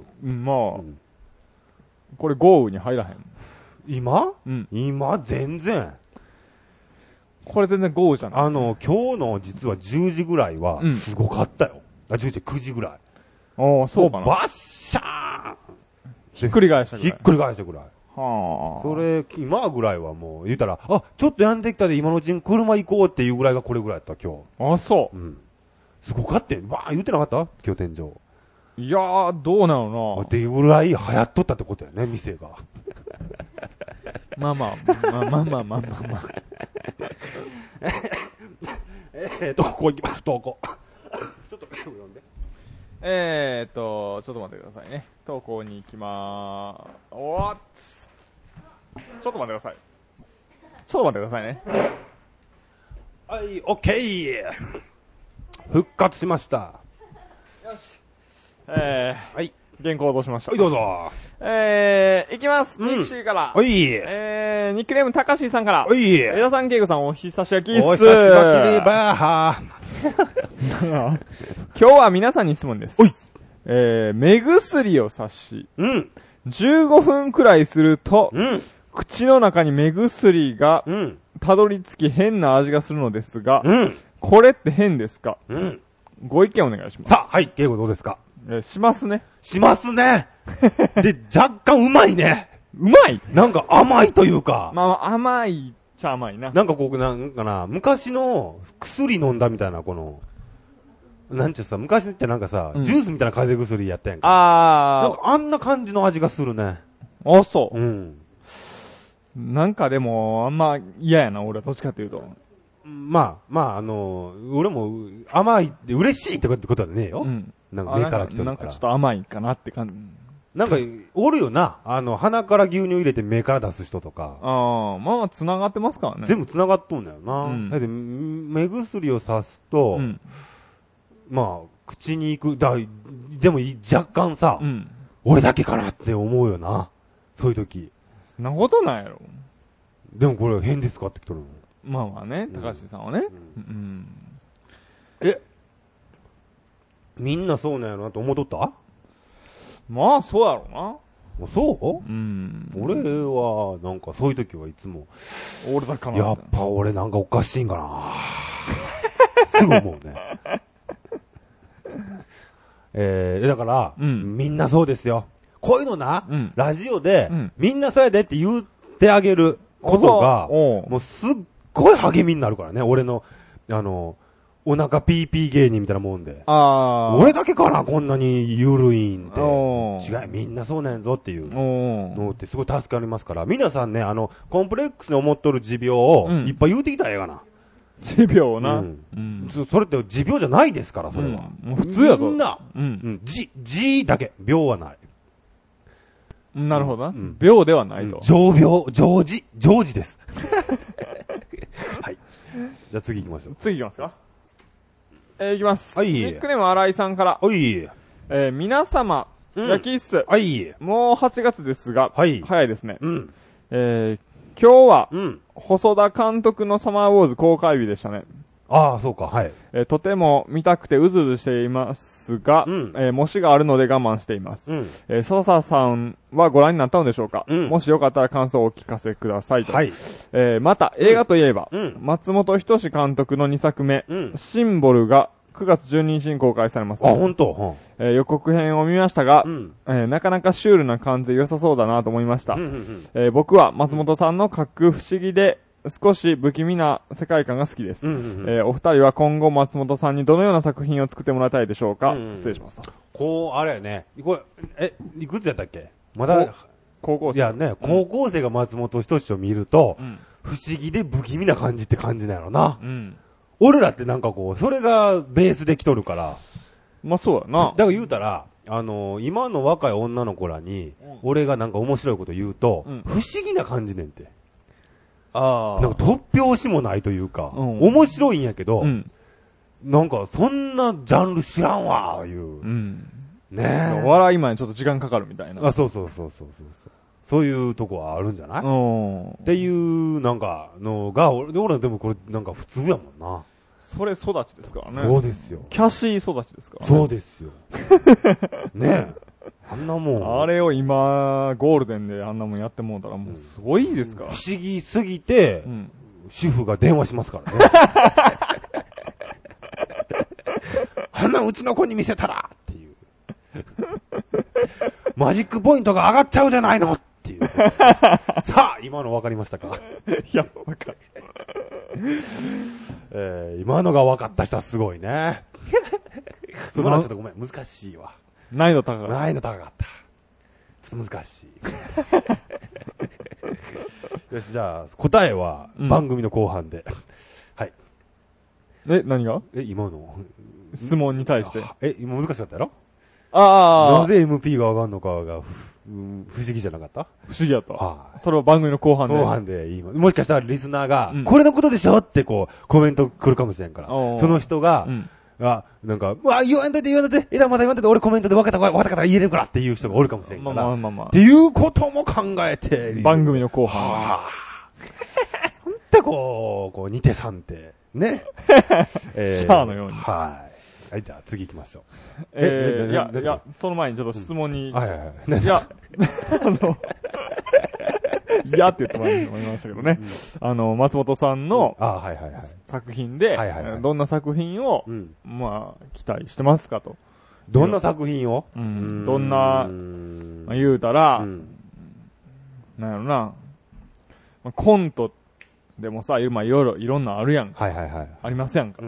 これ豪雨に入らへん。 今、今、全然。 これ全然豪雨じゃない。 今日の実は10時ぐらいは、すごかったよ。10時、9時ぐらい。 そうかな。 バッシャーンひっくり返したぐらい。 ひっくり返したぐらい。 はあ。 それ、今ぐらいはもう、言ったら、あ、ちょっとやんできたで今のうちに車行こうっていうぐらいがこれぐらいやった、今日。 あ、そう。 うん。すごかってん。わー言ってなかった今日天井。 いやー、どうなのな。 っていうぐらい流行っとったってことやね、店が。 まあまあ。 投稿行きます、投稿。ちょっと読んで。 ちょっと待ってくださいね。投稿に行きまーす。おーっちょっと待ってください。ちょっと待ってくださいね。 はい、オッケー復活しました。 よし。 はい。 原稿を落としました。 はい、どうぞ。 いきます。ミクシーから。 はい。 ニックネームたかしさんから。 はい。 枝さん、けいこさん、お久しぶりです。 お久しぶりばー。今日は皆さんに質問です。目薬をさし、15分くらいすると、口の中に目薬が、たどり着き変な味がするのですが、これって変ですか？ご意見お願いします。 さあ、はい、ゲイゴどうですか？ しますね。 しますね。で、若干うまいね。 うまい？ なんか甘いというか。 まあ、甘いっちゃ甘いな。 なんかこう、なんかな、昔の薬飲んだみたいな、この、なんちゅうさ、昔ってなんかさ、ジュースみたいな風邪薬やったやんか。なんかあんな感じの味がするね。 あ、そう。 なんかでも、あんま嫌やな、俺はどっちかっていうと。 まあ、俺も甘いって嬉しいってことはねえよ。なんか目から来てるから。 なんかちょっと甘いかなって感じ。 なんか、おるよな。鼻から牛乳入れて目から出す人とか。 まあ、繋がってますからね。 全部繋がっとんだよな。だって目薬をさすと、まあ、口に行く。でも若干さ、俺だけかなって思うよな。そういう時。 そんなことないやろ。 でもこれ変ですかって来とるの。 まあまあね、高橋さんはね。 みんなそうなんやろなと思っとった？ まあ、そうやろな。 そう？俺は、なんかそういう時はいつも、 俺だけかな。 やっぱ俺なんかおかしいんかなすぐ思うね。だから、みんなそうですよ。こういうのな、ラジオで、みんなそうやでって言ってあげることが、もうすっごい励みになるからね。俺の、お腹ピーピー芸人みたいなもんで。俺だけかな、こんなにゆるいんって。違い、みんなそうなんやぞっていうのってすごい助かりますから。皆さんね、コンプレックスに思っとる持病をいっぱい言うてきたらええがな。 持病な。 それって持病じゃないですから、それは。 普通やぞ。 みんな、G だけ、病はない。 なるほどな。病ではないと。 常時です。はい。じゃあ次行きましょう。 次行きますか。行きます。 はい。 ニックネーム新井さんから。 はい。 皆様、焼き室。 はい。 もう8月ですが、早いですね。今日は、細田監督のサマーウォーズ公開日でしたね。 ああ、そうか、はい。 とても見たくてうずうずしていますが、模試があるので我慢しています。笹さんはご覧になったのでしょうか？もしよかったら感想をお聞かせくださいと。また、映画といえば、松本人志監督の2作目、シンボルが9月12日に公開されます。 あ、本当。 予告編を見ましたが、なかなかシュールな感じで良さそうだなと思いました。僕は松本さんの書く不思議で、少し不気味な世界観が好きです。お二人は今後松本さんにどのような作品を作ってもらいたいでしょうか？失礼します。 あれやね。これ、いくつやったっけ？まだ、 高校生。 いやね、高校生が松本人志を見ると、不思議で不気味な感じって感じなんやろな。俺らってなんかこう、それがベースで来とるから。 まあそうやな。 だから言うたら、今の若い女の子らに、俺がなんか面白いこと言うと、不思議な感じねんて。なんか突拍子もないというか、面白いんやけど、なんかそんなジャンル知らんわ、いう。ねえ。 笑い前にちょっと時間かかるみたいな。 そう。そういうとこはあるんじゃないっていうなんかのが、俺でもこれなんか普通やもんな。 それ育ちですからね。 そうですよ。 キャシー育ちですからね。 そうですよ。ねえ。あんなもん。 あれを今、ゴールデンであんなもんやってもうたらもうすごいですから。 不思議すぎて、主婦が電話しますからね。あんなうちの子に見せたらっていう。 マジックポイントが上がっちゃうじゃないのっていう。さあ、今の分かりましたか？ いや、分かる。 今のが分かった人はすごいね。そのちょっとごめん、難しいわ。 難易度高かった。 難易度高かった。ちょっと難しい。よし、じゃあ、答えは番組の後半で。はい。 何が？ 今の質問に対して。 今難しかったやろ？ なぜ MP が上がるのかが不思議じゃなかった？ 不思議やった。それは番組の後半で。 後半で言います。もしかしたらリスナーが、これのことでしょってこう、コメント来るかもしれんから。その人が、なんか、うわ、言わんといて、まだ言わんといて、俺コメントで分かったから言えるからっていう人がおるかもしれんから。っていうことも考えて、 番組の後半。 ほんとこう、2手3手、ね。 シャアのように。 はい、じゃあ次行きましょう。 いや、その前にちょっと質問に。いや、いやって言ってもらいましたけどね。松本さんの作品で、どんな作品を、まあ、期待してますかと。 どんな作品を？ どんな、言うたら、なんやろな、コントでもさ、いろんなあるやんか。ありますやんか。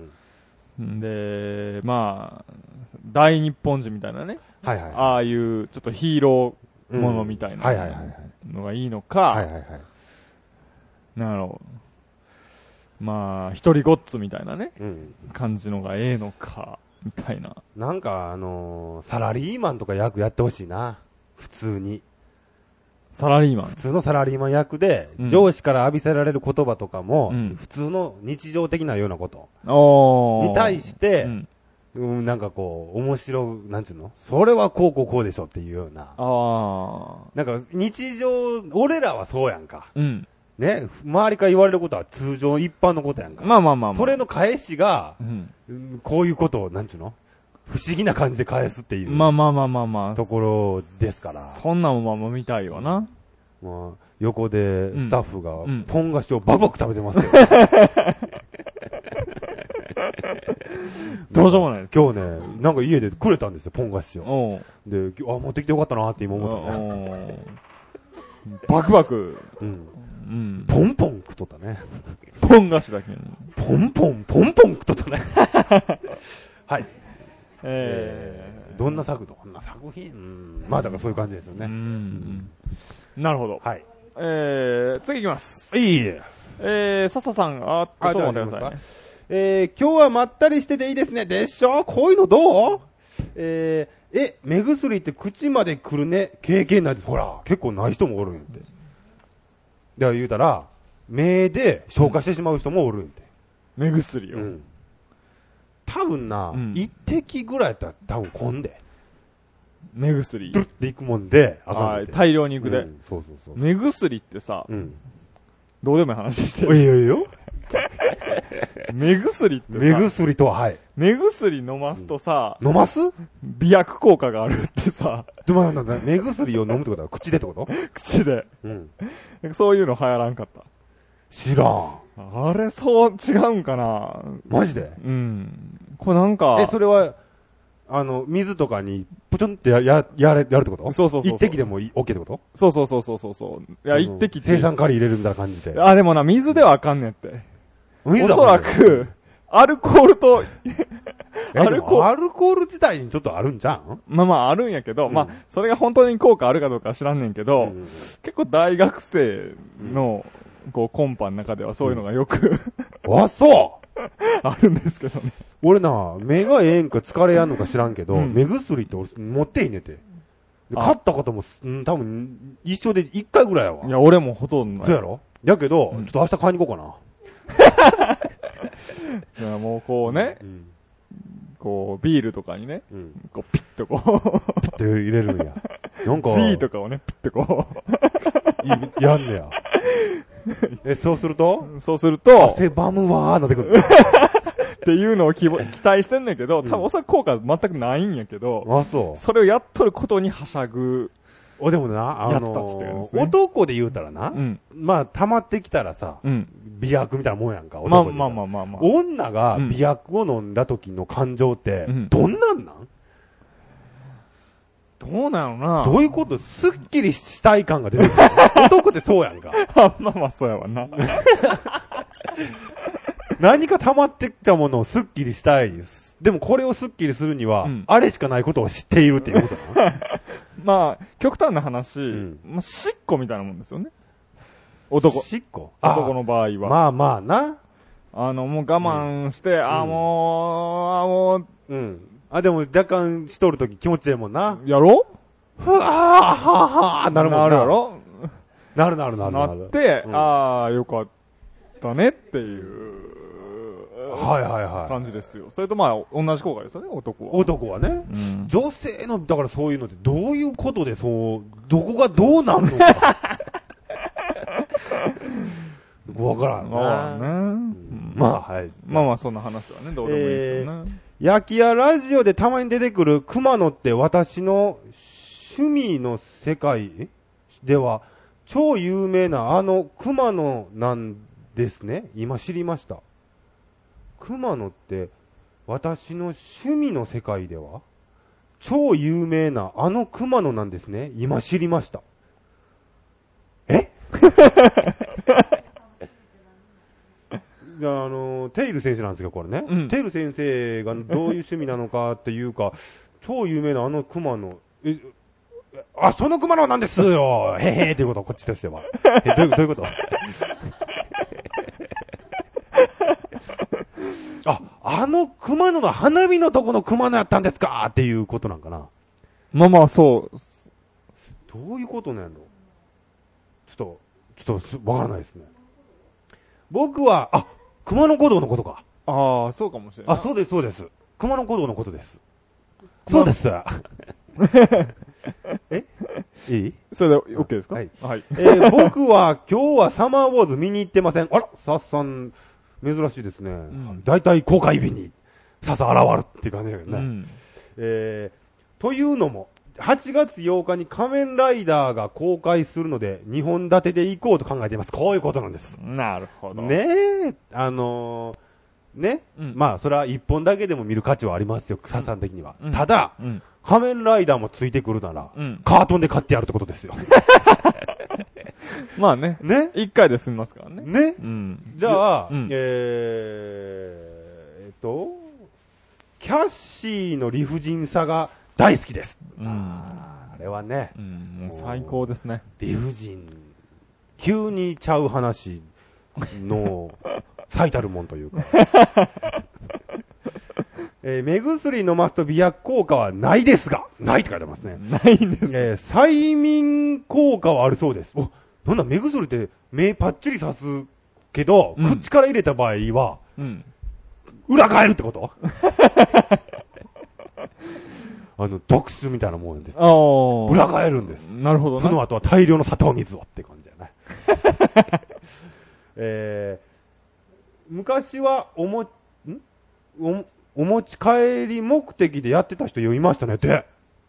で、まあ、大日本人みたいなね。ああいうちょっとヒーローものみたいなのがいいのか、なんやろう、まあ、一人ごっつみたいなね、感じのがええのか、みたいな。 なんかサラリーマンとか役やってほしいな。普通に。 サラリーマン？ 普通のサラリーマン役で、上司から浴びせられる言葉とかも、普通の日常的なようなことに対して、なんかこう、面白、なんちゅうの？それはこうでしょっていうような。なんか日常、俺らはそうやんか。ね、周りから言われることは通常一般のことやんか。それの返しが、こういうことを、なんちゅうの？不思議な感じで返すっていう。ところですから。 そんなもん見たいわな。 横でスタッフがポン菓子をバクバク食べてますけど。 どうしようもないです。 今日ね、なんか家でくれたんですよ、ポン菓子を。で、持ってきてよかったなって今思ったね。 バクバク。 ポンポン食っとったね。 ポン菓子だけに。 ポンポン食っとったね。はい。どんな作品？まあだからそういう感じですよね。 なるほど。 はい。 次行きます。 いいえ。 笹さん、ちょっと待ってくださいね。今日はまったりしてていいですね。でしょ？こういうのどう？目薬って口まで来るね。経験ないです。ほら、結構ない人もおるんやって。だから言うたら、目で消化してしまう人もおるんやって。 目薬を。 多分な、一滴ぐらいやったら多分混んで。 目薬。 ドゥっていくもんで、 大量にいくで。 そう。 目薬ってさ、どうでもいい話してる。いいよ。 目薬ってさ、 目薬とは、はい。 目薬飲ますとさ、 飲ます？ 美白効果があるってさ。 目薬を飲むってことは口でってこと？ 口で。そういうの流行らんかった。 知らん。 あれ、そう違うんかな？ マジで？ これなんか。 それは、水とかに、ぷちょんってやるってこと？ そう。 一滴でも OK ってこと？ そう。いや、一滴って。 生酸カリ入れるみたいな感じで。 でもな、水ではあかんねんって。おそらく、アルコールと、 アルコール自体にちょっとあるんじゃん？ あるんやけど、それが本当に効果あるかどうかは知らんねんけど、結構大学生の、こう、コンパの中ではそういうのがよくそうあるんですけどね。 俺な、目がええんか疲れやんのか知らんけど、目薬って俺持っていいねて。買ったことも、多分、一生で一回ぐらいやわ。 いや、俺もほとんどない。 そうやろ？やけど、ちょっと明日買いに行こうかな。 いやもうこうね、こう、ビールとかにね、こう、ピッとこう、 ピッと入れるんや。なんか、 ビーとかをね、ピッとこう、やんねや。そうすると汗ばむわーなってくる。 っていうのを期待してんねんけど、多分おそらく効果全くないんやけど、それをやっとることにはしゃぐ。 でもな、男で言うたらな、まあ、溜まってきたらさ、美白みたいなもんやんか、男で。女が美白を飲んだ時の感情って、どんなんなん？ どうなのな。 どういうこと？スッキリしたい感が出てくる。男ってそうやんか。 まあまあそうやわな。 何か溜まってきたものをスッキリしたいです。でもこれをスッキリするには、あれしかないことを知っているっていうことだな。 まあ、極端な話、まあ、しっこみたいなもんですよね。男。 しっこ？ 男の場合は。 まあまあな。 もう我慢して、もう、 でも若干しとるとき気持ちいいもんな。 やろ？ ふわーはーなるもんな。 なるやろ？ なる。なって、よかったねっていう。感じですよ。それとまあ、同じ効果ですよね、男は。 男はね。女性の、だからそういうのってどういうことでどこがどうなるのか。わからんな。まあ、はい。 まあ、そんな話はね、どうでもいいですけどね。 焼き屋ラジオでたまに出てくる熊野って私の趣味の世界では超有名な熊野なんですね。今知りました。熊野って私の趣味の世界では超有名な熊野なんですね。今知りました。えテイル先生なんですけど、これね。テイル先生がどういう趣味なのかっていうか、超有名な熊野、その熊野なんですよへへーっていうこと、こっちとしては。どういうこと熊野の花火のとこの熊野やったんですかっていうことなんかな。 まあまあ、そう。 どういうことなんやろ。ちょっと、わからないですね。僕は、熊野古道のことか。 そうかもしれない。 そうです。熊野古道のことです。そうです。いい？ それで OK ですか？ はい。 はい。 僕は今日はサマーウォーズ見に行ってません。サッさん、珍しいですね。だいたい公開日に、サッさん現るっていう感じだけどね。というのも、8月8日に仮面ライダーが公開するので、2本立てで行こうと考えています。こういうことなんです。 なるほど。 ねえ。まあ、それは1本だけでも見る価値はありますよ、サッさん的には。ただ、仮面ライダーもついてくるなら、カートンで買ってやるってことですよ。 まあね。1回で済みますからね。 じゃあ、キャッシーの理不尽さが大好きです。あれはね。 もう最高ですね。 理不尽。急にちゃう話の最たるもんというか。目薬飲ますと美白効果はないですが、ないって書いてますね。 ないんです。 催眠効果はあるそうです。なんだ、目薬って目パッチリ刺すけど、口から入れた場合は、裏返るってこと毒酒みたいなもんです。裏返るんです。 なるほどね。 その後は大量の砂糖水をって感じだね。昔はお持ち帰り目的でやってた人いましたねって。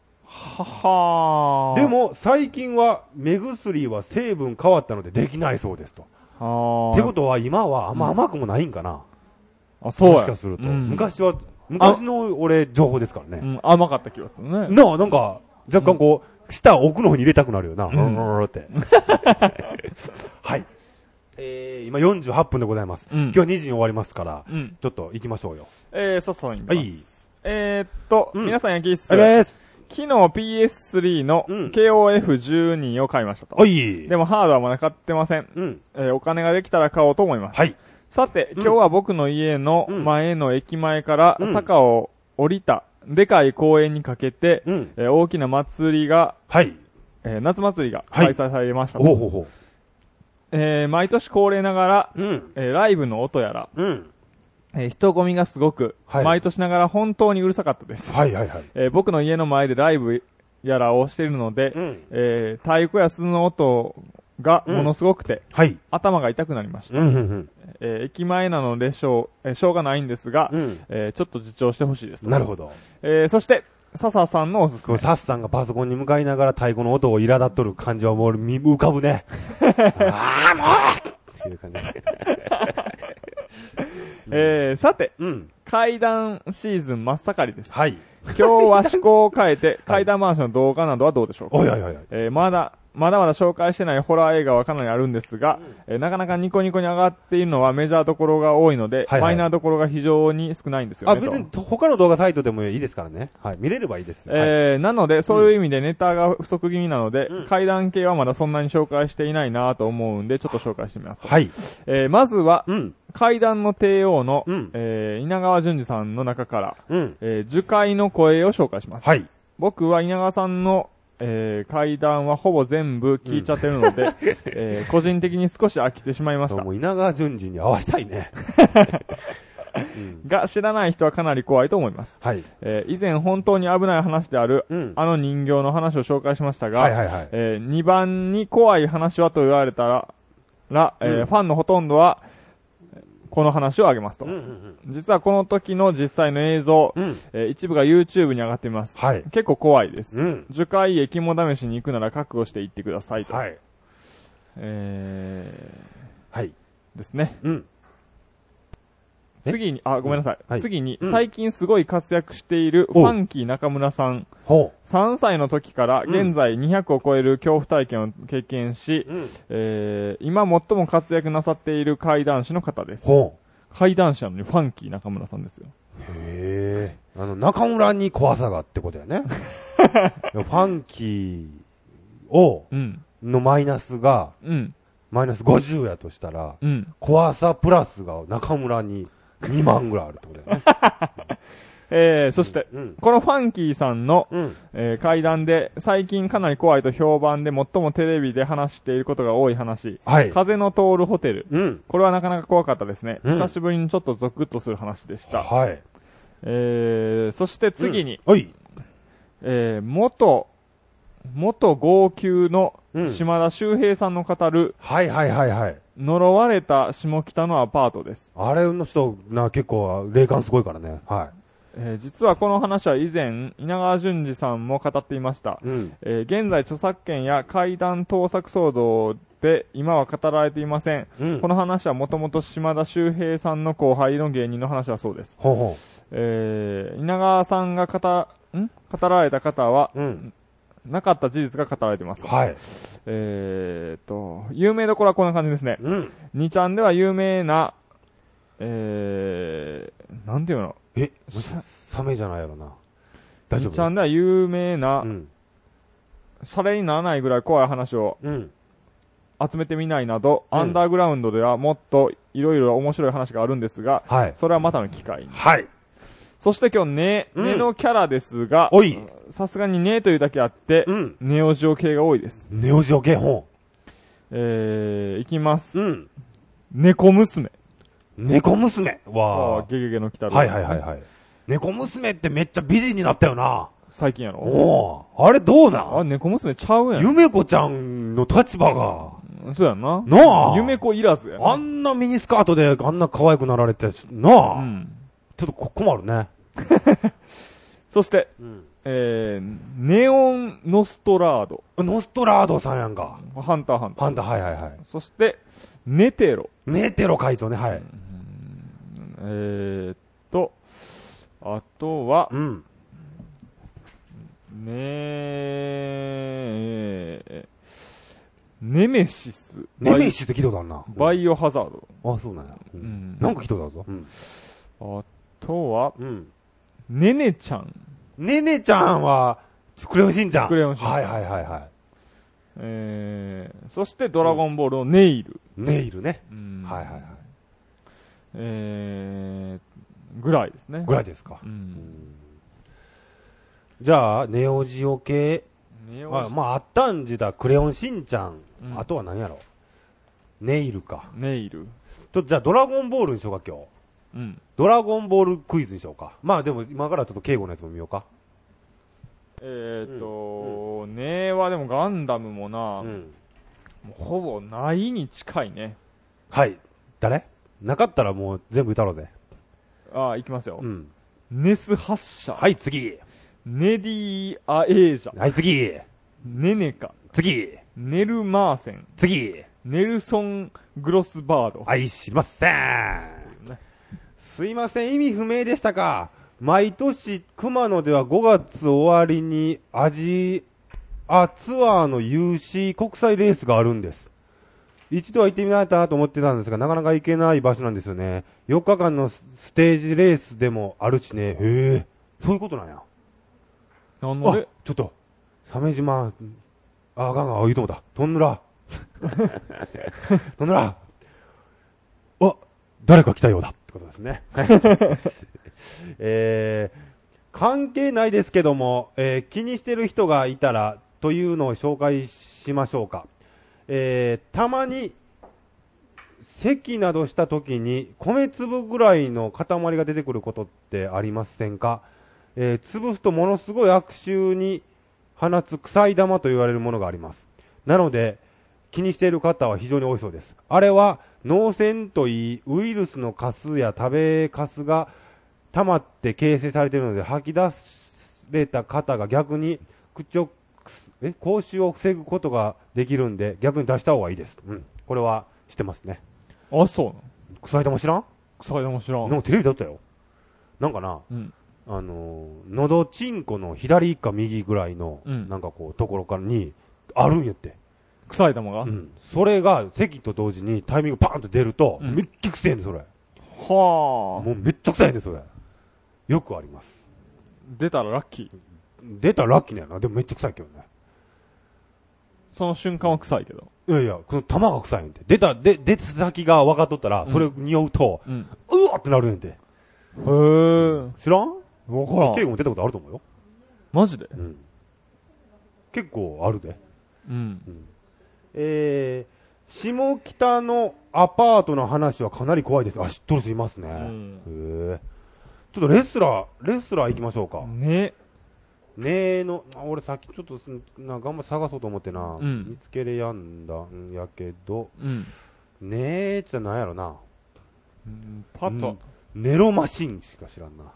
はでも最近は目薬は成分変わったのでできないそうですと。ってことは今はあんま甘くもないんかな。 そうや。 もしかすると。昔の俺情報ですからね。 甘かった気がするね。 なんか若干こう、舌奥の方に入れたくなるよな。って。はい。今48分でございます。今日2時に終わりますから、ちょっと行きましょうよ。 そうそういいんはい。 皆さん焼きっす。 です。 昨日 PS3 の KOF12 を買いましたと。でもハードはまだ買ってません。お金ができたら買おうと思います。 はい。 さて、今日は僕の家の前の駅前から坂を降りたでかい公園にかけて、大きな祭りが、夏祭りが開催されましたと。毎年恒例ながら、ライブの音やら、人混みがすごく、毎年ながら本当にうるさかったです。僕の家の前でライブやらをしているので、太鼓や鈴の音がものすごくて、頭が痛くなりました。駅前なのでしょうがないんですが、ちょっと自重してほしいです。 なるほど。 そして、笹さんのおすすめ。 笹さんがパソコンに向かいながら太鼓の音を苛立っとる感じはもう浮かぶね。ああ、もうっていう感じ。 さて、怪談シーズン真っ盛りです。 今日は趣向を変えて、怪談話の動画などはどうでしょうか。まだまだ紹介してないホラー映画はかなりあるんですが、なかなかニコニコに上がっているのはメジャーどころが多いので、マイナーどころが非常に少ないんですよね。 別に他の動画サイトでもいいですからね。はい。見れればいいです。 なので、そういう意味でネタが不足気味なので、怪談系はまだそんなに紹介していないなと思うんで、ちょっと紹介してみます。 はい。 まずは、怪談の帝王の、稲川淳二さんの中から、樹海の声を紹介します。はい。僕は稲川さんの怪談はほぼ全部聞いちゃってるので、個人的に少し飽きてしまいました。 もう稲川淳二に合わせたいね。 が、知らない人はかなり怖いと思います。はい。以前本当に危ない話である、あの人形の話を紹介しましたが、2番に怖い話はと言われたら、ファンのほとんどは、この話を挙げますと。実はこの時の実際の映像、一部が YouTube に上がっています。はい、結構怖いです。樹海へ肝試しに行くなら覚悟して行ってくださいと。はい。はい。ですね。次に、ごめんなさい。はい、次に、最近すごい活躍しているファンキー中村さん。3歳の時から現在200を超える恐怖体験を経験し、今最も活躍なさっている怪談師の方です。怪談師なのにファンキー中村さんですよ。 へー。中村に怖さがってことやね。ファンキーを、のマイナスが、マイナス50やとしたら、怖さプラスが中村に、2万ぐらいあるってことだよね。そして、このファンキーさんの、怪談で最近かなり怖いと評判で最もテレビで話していることが多い話、風の通るホテル、これはなかなか怖かったですね。久しぶりにちょっとゾクッとする話でした。そして次に、元号泣の島田秀平さんの語る、呪われた下北のアパートです。 あれの人、結構、霊感すごいからね。はい。 実はこの話は以前、稲川淳二さんも語っていました。現在著作権や怪談盗作騒動で今は語られていません。この話はもともと島田秀平さんの後輩の芸人の話だそうです。稲川さんが語られた方は、なかった事実が語られています。はい。有名どころはこんな感じですね。2ちゃんでは有名な、なんていうの？ サメじゃないやろな。 大丈夫？2ちゃんでは有名な、シャレにならないぐらい怖い話を、集めてみないなど、アンダーグラウンドではもっといろいろ面白い話があるんですが、それはまたの機会に。はい。そして今日ねのキャラですが、さすがにねというだけあって、ネオジオ系が多いです。 ネオジオ系本。 いきます。猫娘。 猫娘わゲゲゲの来たる。 はい。猫娘ってめっちゃ美人になったよな。 最近やろ。 あれどうな？ 猫娘ちゃうやん。 ゆめこちゃんの立場が。 そうやんな。 なあ。 ゆめこいらずやな。あんなミニスカートであんな可愛くなられて、なあ。ちょっと困るね。 そして、ネオンノストラード。 ノストラードさんやんか。 ハンター。 はい。 そして、ネテロ。 ネテロ会長ね、はい。 あとは、ネメシス。 ネメシスって聞いたことあるな。 バイオハザード。 あ、そうなんや。なんか聞いたことあるぞ。あとは、ネネちゃん。 ネネちゃんは、クレヨンしんちゃん。 クレヨンしんちゃん。 はい。 そしてドラゴンボールのネイル。 ネイルね。はい。 ぐらいですね。 ぐらいですか。じゃあ、ネオジオ系。あったんじだ、クレヨンしんちゃん。あとは何やろ。ネイルか。 ネイル。 じゃあ、ドラゴンボールにしようか、今日。ドラゴンボールクイズにしようか。でも今からちょっと敬語のやつも見ようか。 ねはでもガンダムもな、もうほぼないに近いね。 はい。誰？なかったらもう全部歌ろうぜ。 いきますよ。ネス発射。 はい、次。 ネディアエージャ。 はい、次。 ネネカ。 次。 ネルマーセン。 次。 ネルソングロスバード。 はい、知りません。すいません、意味不明でしたか。 毎年、熊野では5月終わりにツアーの有志国際レースがあるんです。一度は行ってみないとなと思ってたんですが、なかなか行けない場所なんですよね。4日間のステージレースでもあるしね。へえ、そういうことなんや。 なんでちょっと、鮫島、ガンガン、言うと思った。トンヌラ。トンヌラ。誰か来たようだってことですね。関係ないですけども、気にしてる人がいたらというのを紹介しましょうか。たまに咳などした時に米粒ぐらいの塊が出てくることってありませんか？潰すとものすごい悪臭に放つ臭い玉と言われるものがあります。なので気にしている方は非常に多いそうです。あれは脳腺といいウイルスのカスや食べカスが溜まって形成されているので、吐き出された方が逆に口臭を防ぐことができるんで、逆に出した方がいいです。うん。これは知ってますね。 あ、そうなの？ 臭い玉知らん？ 臭い玉知らん。 なんかテレビだったよ。なんかな、喉チンコの左か右ぐらいの、なんかこう、ところからに、あるんやって。 臭い玉が？ それが、咳と同時にタイミングパーンと出ると、めっちゃ臭いんで、それ。はあ。 もうめっちゃ臭いんで、それ。よくあります。 出たらラッキー。 出たらラッキーだよな。でもめっちゃ臭いけどね。 その瞬間は臭いけど。 いやいや、この玉が臭いんで。出先が分かっとったら、それ匂うと、うわってなるんで。 へー。 知らん？ わからん。 ケイゴも出たことあると思うよ。 マジで？ 結構あるで。下北のアパートの話はかなり怖いです。知っとる人いますね。ちょっとレスラー行きましょうか。ねえの、俺さっきちょっと頑張って探そうと思ってな、見つけれやんだんやけど、ねえって何やろな。 パッと。 ネロマシンしか知らんな。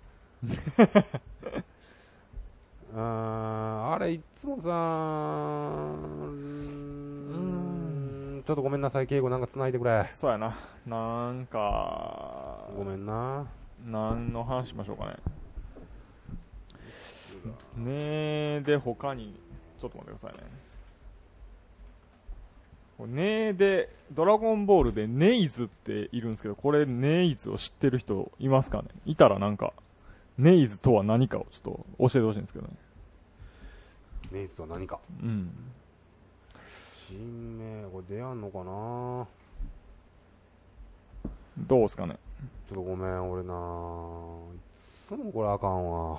あれいつもさちょっとごめんなさい、敬語なんか繋いでくれ。 そうやな。なんか、 ごめんな。 何の話しましょうかね。ねえで他に、ちょっと待ってくださいね。ねえで、ドラゴンボールでネイズっているんですけど、これネイズを知ってる人いますかね？いたらなんか、ネイズとは何かをちょっと教えてほしいんですけどね。 ネイズとは何か。新名、これ出やんのかな？ どうですかね。 ちょっとごめん、俺なぁ。いつもこれあかんわ。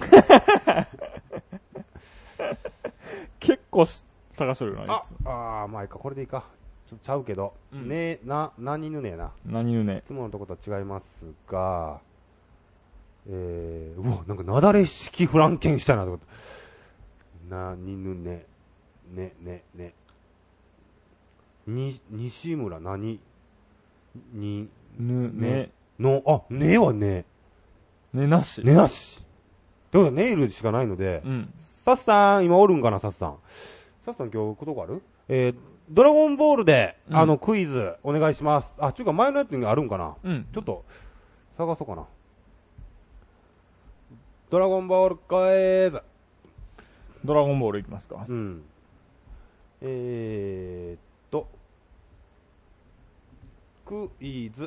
結構探しとるよな、 まあいいか、これでいいか。ちょっとちゃうけど。何ぬねやな。 何ぬね。 いつものとことは違いますが、うわ、なんかなだれ式フランケンしたいなと思った。何ぬね。西村何に、ねはね。 ねなし。 ねなし。ということはネイルしかないので、サッさん、今おるんかな、サッさん。サッさん今日ことがある？ドラゴンボールで、クイズお願いします。ちゅうか前のやつにあるんかな？ちょっと、探そうかな。ドラゴンボールクイズ。 ドラゴンボールいきますか。 クイズ。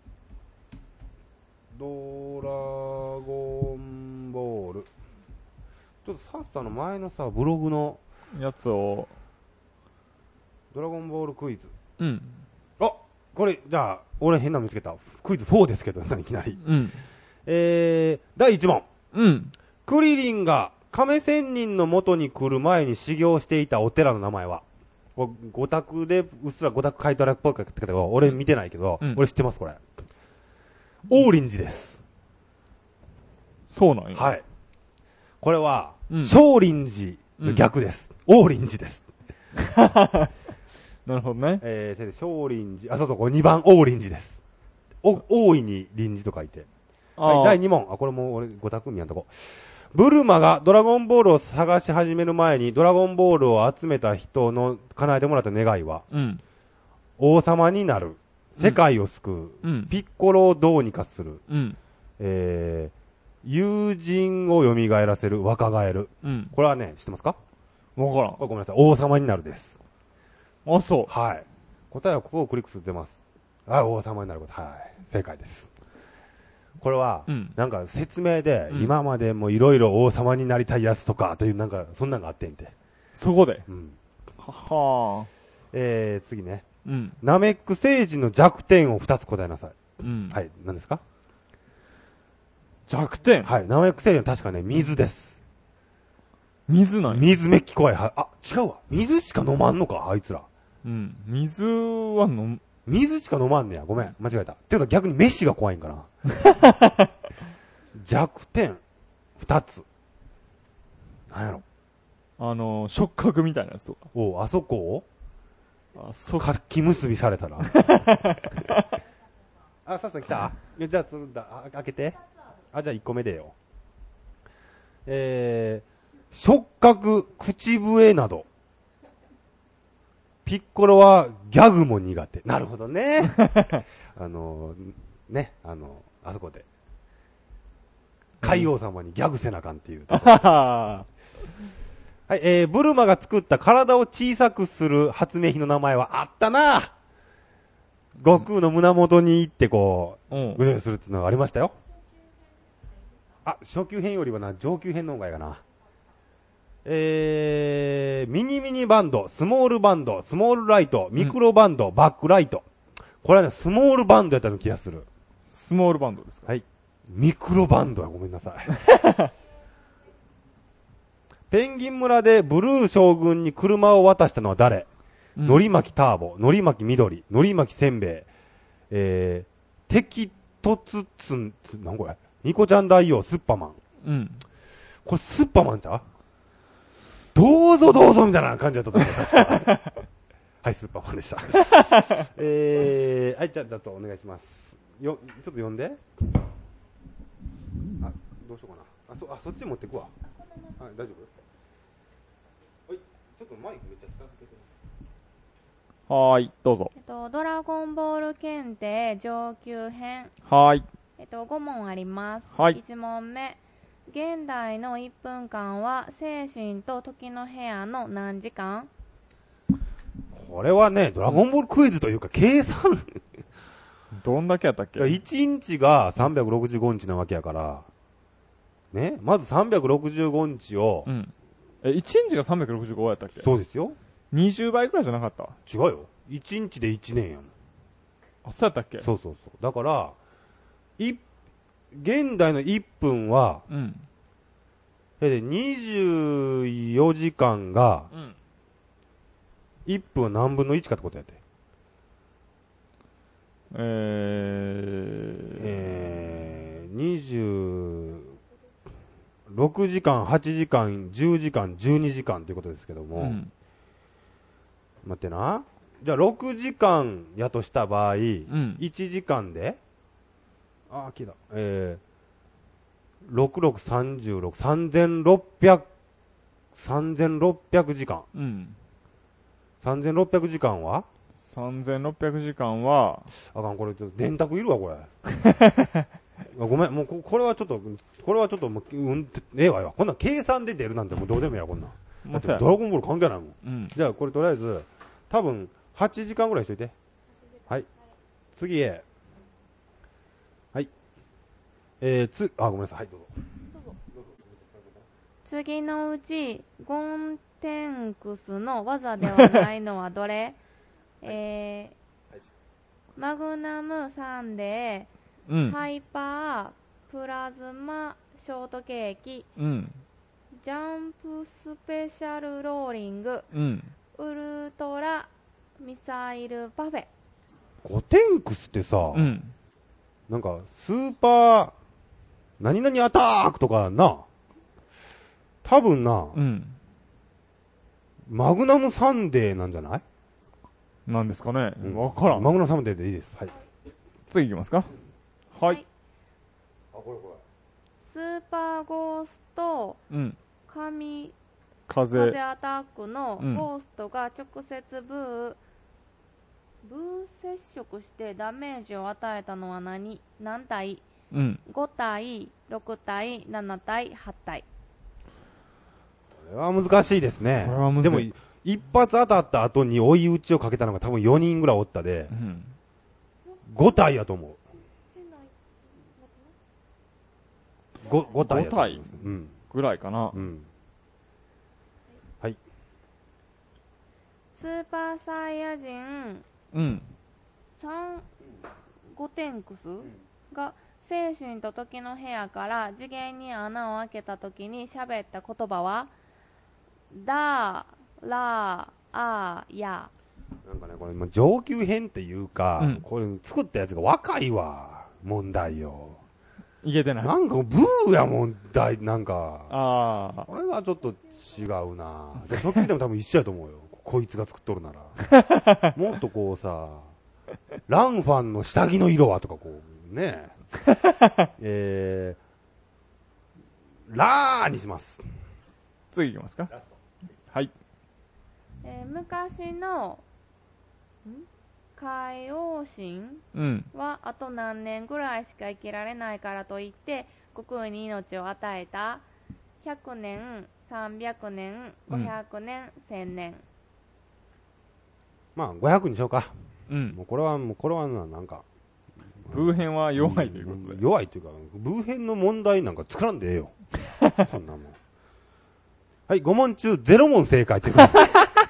ドラゴンボール。ちょっとサッサの前のさ、ブログのやつを。 ドラゴンボールクイズ。これ、じゃあ、俺変なの見つけた。クイズ4ですけど、いきなり。第1問。クリリンが亀仙人の元に来る前に修行していたお寺の名前は？五択で、うっすら五択書いてあるっぽいけど、俺見てないけど、俺知ってます、これ。王林寺です。 そうなんや。 はい。これは、少林寺の逆です。王林寺です。 なるほどね。 少林寺、そうそう、これ2番王林寺です。大いに臨時と書いて。はい、第2問。これも俺五択見やんとこ。ブルマがドラゴンボールを探し始める前にドラゴンボールを集めた人の叶えてもらった願いは、王様になる、世界を救う、ピッコロをどうにかする、 友人を蘇らせる、若返る。 うん。 これはね、知ってますか？ わからん。 ごめんなさい。王様になるです。 あ、そう。 はい。答えはここをクリックすると出ます。あ、王様になること。はい。正解です。これは、なんか説明で、今までもいろいろ王様になりたいやつとか、というなんか、そんなんがあってんて。 そこで。 うん。 はあ。次ね。 うん。 ナメック星人の弱点を2つ答えなさい。 うん。 はい。何ですか？ 弱点？ はい。ナメック星人は確かね、水です。 水なんや。 水めっき怖い。あ、違うわ。水しか飲まんのか、あいつら。 うん。水は水しか飲まんねや。ごめん。間違えた。っていうか逆に飯が怖いんかな。弱点、2つ。なんやろ。 触覚みたいなやつとか。 あそこをかき結びされたら。あ、さっさん来た？じゃあ、開けて。じゃあ1個目でよ。触覚、口笛など。ピッコロはギャグも苦手。なるほどね。あそこで。海王様にギャグせなあかんっていう。はい、ブルマが作った体を小さくする発明品の名前はあったな。悟空の胸元に行ってこう、ぐずぐずするっていうのがありましたよ。初級編よりはな、上級編の方がいいかな。ミニミニバンド、スモールバンド、スモールライト、ミクロバンド、バックライト。これはね、スモールバンドやったの気がする。 スモールバンドですか？ はい。ミクロバンドはごめんなさい。ペンギン村でブルー将軍に車を渡したのは誰？のり巻きターボ、のり巻き緑、のり巻きせんべい、敵突つん、なんこれ？ニコちゃん大王、スッパマン。 うん。 これスッパマンちゃう？どうぞどうぞみたいな感じだったと思う。確かはい、スッパーマンでした。はい、じゃあ、お願いします。ちょっと読んで。どうしようかな。そっち持ってくわ。はい、大丈夫？はい、ちょっとマイクめっちゃ近づけて。 はーい、どうぞ。 ドラゴンボール検定上級編。 はーい。 5問あります。 はい。 1問目。現代の1分間は精神と時の部屋の何時間？ これはね、ドラゴンボールクイズというか計算どんだけやったっけ？ 1 日が365日なわけやから、ね、まず365日を、 1日が365やったっけ？ そうですよ。 20倍くらいじゃなかった？ 違うよ。1日で1年やもん。 そうやったっけ？ そう。だから、現代の1分は、24時間が、1分は何分の1かってことやって。26時間、8時間、10時間、12時間ということですけども、待ってな。じゃあ6時間やとした場合、1時間で、消えた。3636時間。3600時間は ?3600 時間は、 あかん、これちょっと電卓いるわ、これ。ごめん、もうこれはちょっと、ええわよ。こんなん計算で出るなんてもうどうでもいいや、こんなん。だってドラゴンボール関係ないもん。じゃあこれとりあえず、多分、8時間ぐらいしといて。はい。次へ。はい。ごめんなさい。はい、どうぞ。 次のうち、ゴンテンクスの技ではないのはどれ？マグナムサンデー、ハイパー、プラズマ、ショートケーキ、ジャンプスペシャルローリング、ウルトラ、ミサイルパフェ。 ゴテンクスってさ、なんか、スーパー、何々アタークとかな、多分な、マグナムサンデーなんじゃない？ なんですかね。わからん。 マグナムサンデーでいいです。はい。 次行きますか。はい。 これ。 スーパーゴースト、 風アタックのゴーストが直接ブー接触してダメージを与えたのは何体？ 5体、6体、7体、8体。 これは難しいですね。でも、一発当たった後に追い打ちをかけたのが多分4人ぐらいおったで、5体やと思う。5体やと思う。5体ぐらいかな。 はい。 スーパーサイヤ人、ゴテンクスが精神と時の部屋から次元に穴を開けた時に喋った言葉はダーラーアーヤー。なんかね、これ上級編っていうか、これ作ったやつが若いわ、問題よ。 いけてない。 なんかブーや問題、なんか。これはちょっと違うな。じゃあ初期でも多分一緒やと思うよ。こいつが作っとるなら。もっとこうさ、ランファンの下着の色はとかこう、ねラーにします。 次いきますか。はい。 昔の海王神はあと何年ぐらいしか生きられないからといって悟空に命を与えた。100年、300年、500年、1000年。 まあ500にしようか。もうこれはなんかブー編は弱いということで。 弱いというか、ブー編の問題なんか作らんでええよ。そんなもん。はい、5問中0問正解ということで。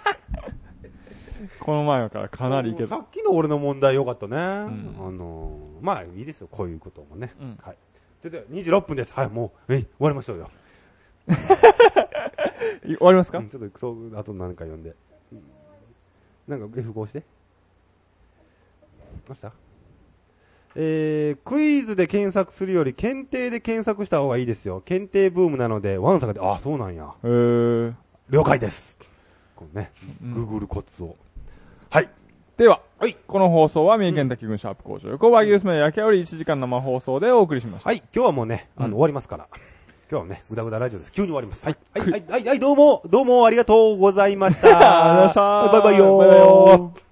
この前からかなりいけた。 さっきの俺の問題良かったね。まあいいですよ、こういうこともね。はい。で、26分です。はい、もう、終わりましょうよ。 終わりますか？ ちょっと、あと何か読んで。なんか F5 押して。どうした？クイズで検索するより検定で検索した方がいいですよ。検定ブームなので、ワンサがで、あ、そうなんや。了解です。このね、Google コツを。はい。 では、この放送は三重県滝郡シャープ工場横和牛スメ焼きより1時間生放送でお送りしました。 はい、今日はもうね、終わりますから。今日はね、ぐだぐだラジオです。急に終わります。はい、どうもありがとうございました。バイバイよー。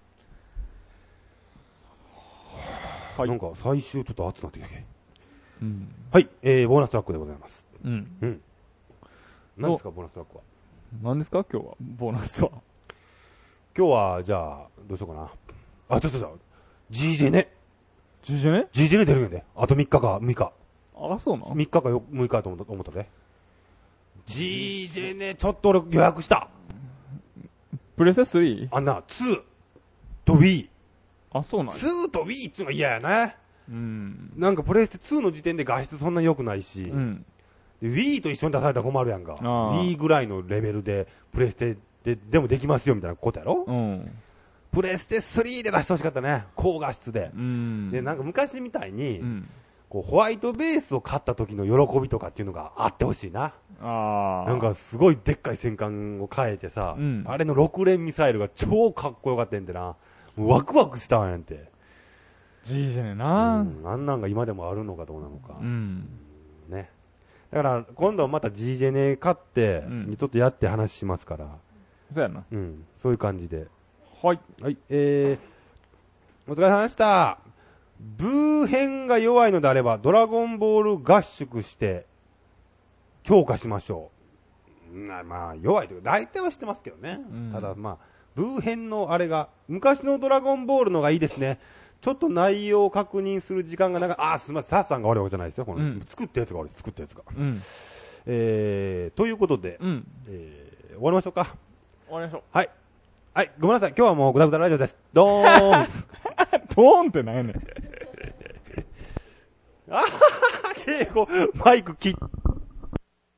はい、なんか最終ちょっと熱くなってきたけ。はい、ボーナストラックでございます。何ですか、ボーナストラックは。 何ですか、今日は、ボーナスは。 今日は、じゃあ、どうしようかな。あ、ちょっと、GJ ね。 GJ ね ?GJ ね出るんで。あと3日か、6日。 あら、そうなの ?3 日か6日と思ったで。GJ ね、ちょっと俺予約した。 プレステ 3？ あんな、2と Wii。 あ、そうなん 2と Wii っていうのが嫌やね。なんかプレステ2の時点で画質そんな良くないし、Wii と一緒に出されたら困るやんか。Wii ぐらいのレベルで、プレステでもできますよみたいなことやろ。プレステ3で出してほしかったね。高画質で。で、なんか昔みたいに、こうホワイトベースを買った時の喜びとかっていうのがあってほしいな。なんかすごいでっかい戦艦を変えてさ、あれの6連ミサイルが超かっこよかったんでな。ワクワクしたんやんて。 GJ ねな。 あんなんが今でもあるのかどうなのか。ね。だから今度はまた GJ ね買って、ちょっとやって話しますから。 そうやな。 そういう感じで。 はい。 はい。お疲れ様でした。ブー編が弱いのであれば、ドラゴンボール合宿して強化しましょう。まあ弱いというか大体は知ってますけどね。ただまあブー編のあれが昔のドラゴンボールのがいいですね。ちょっと内容を確認する時間が長い。すみません、サッさんが悪いわけじゃないですよ。この作ったやつが悪いです。作ったやつが。ということで、終わりましょうか。 終わりましょう。 はい。はい、ごめんなさい。今日はもうグダグダラジオです。ドーンドーンって何やねん。 あははは、稽古、マイク切って。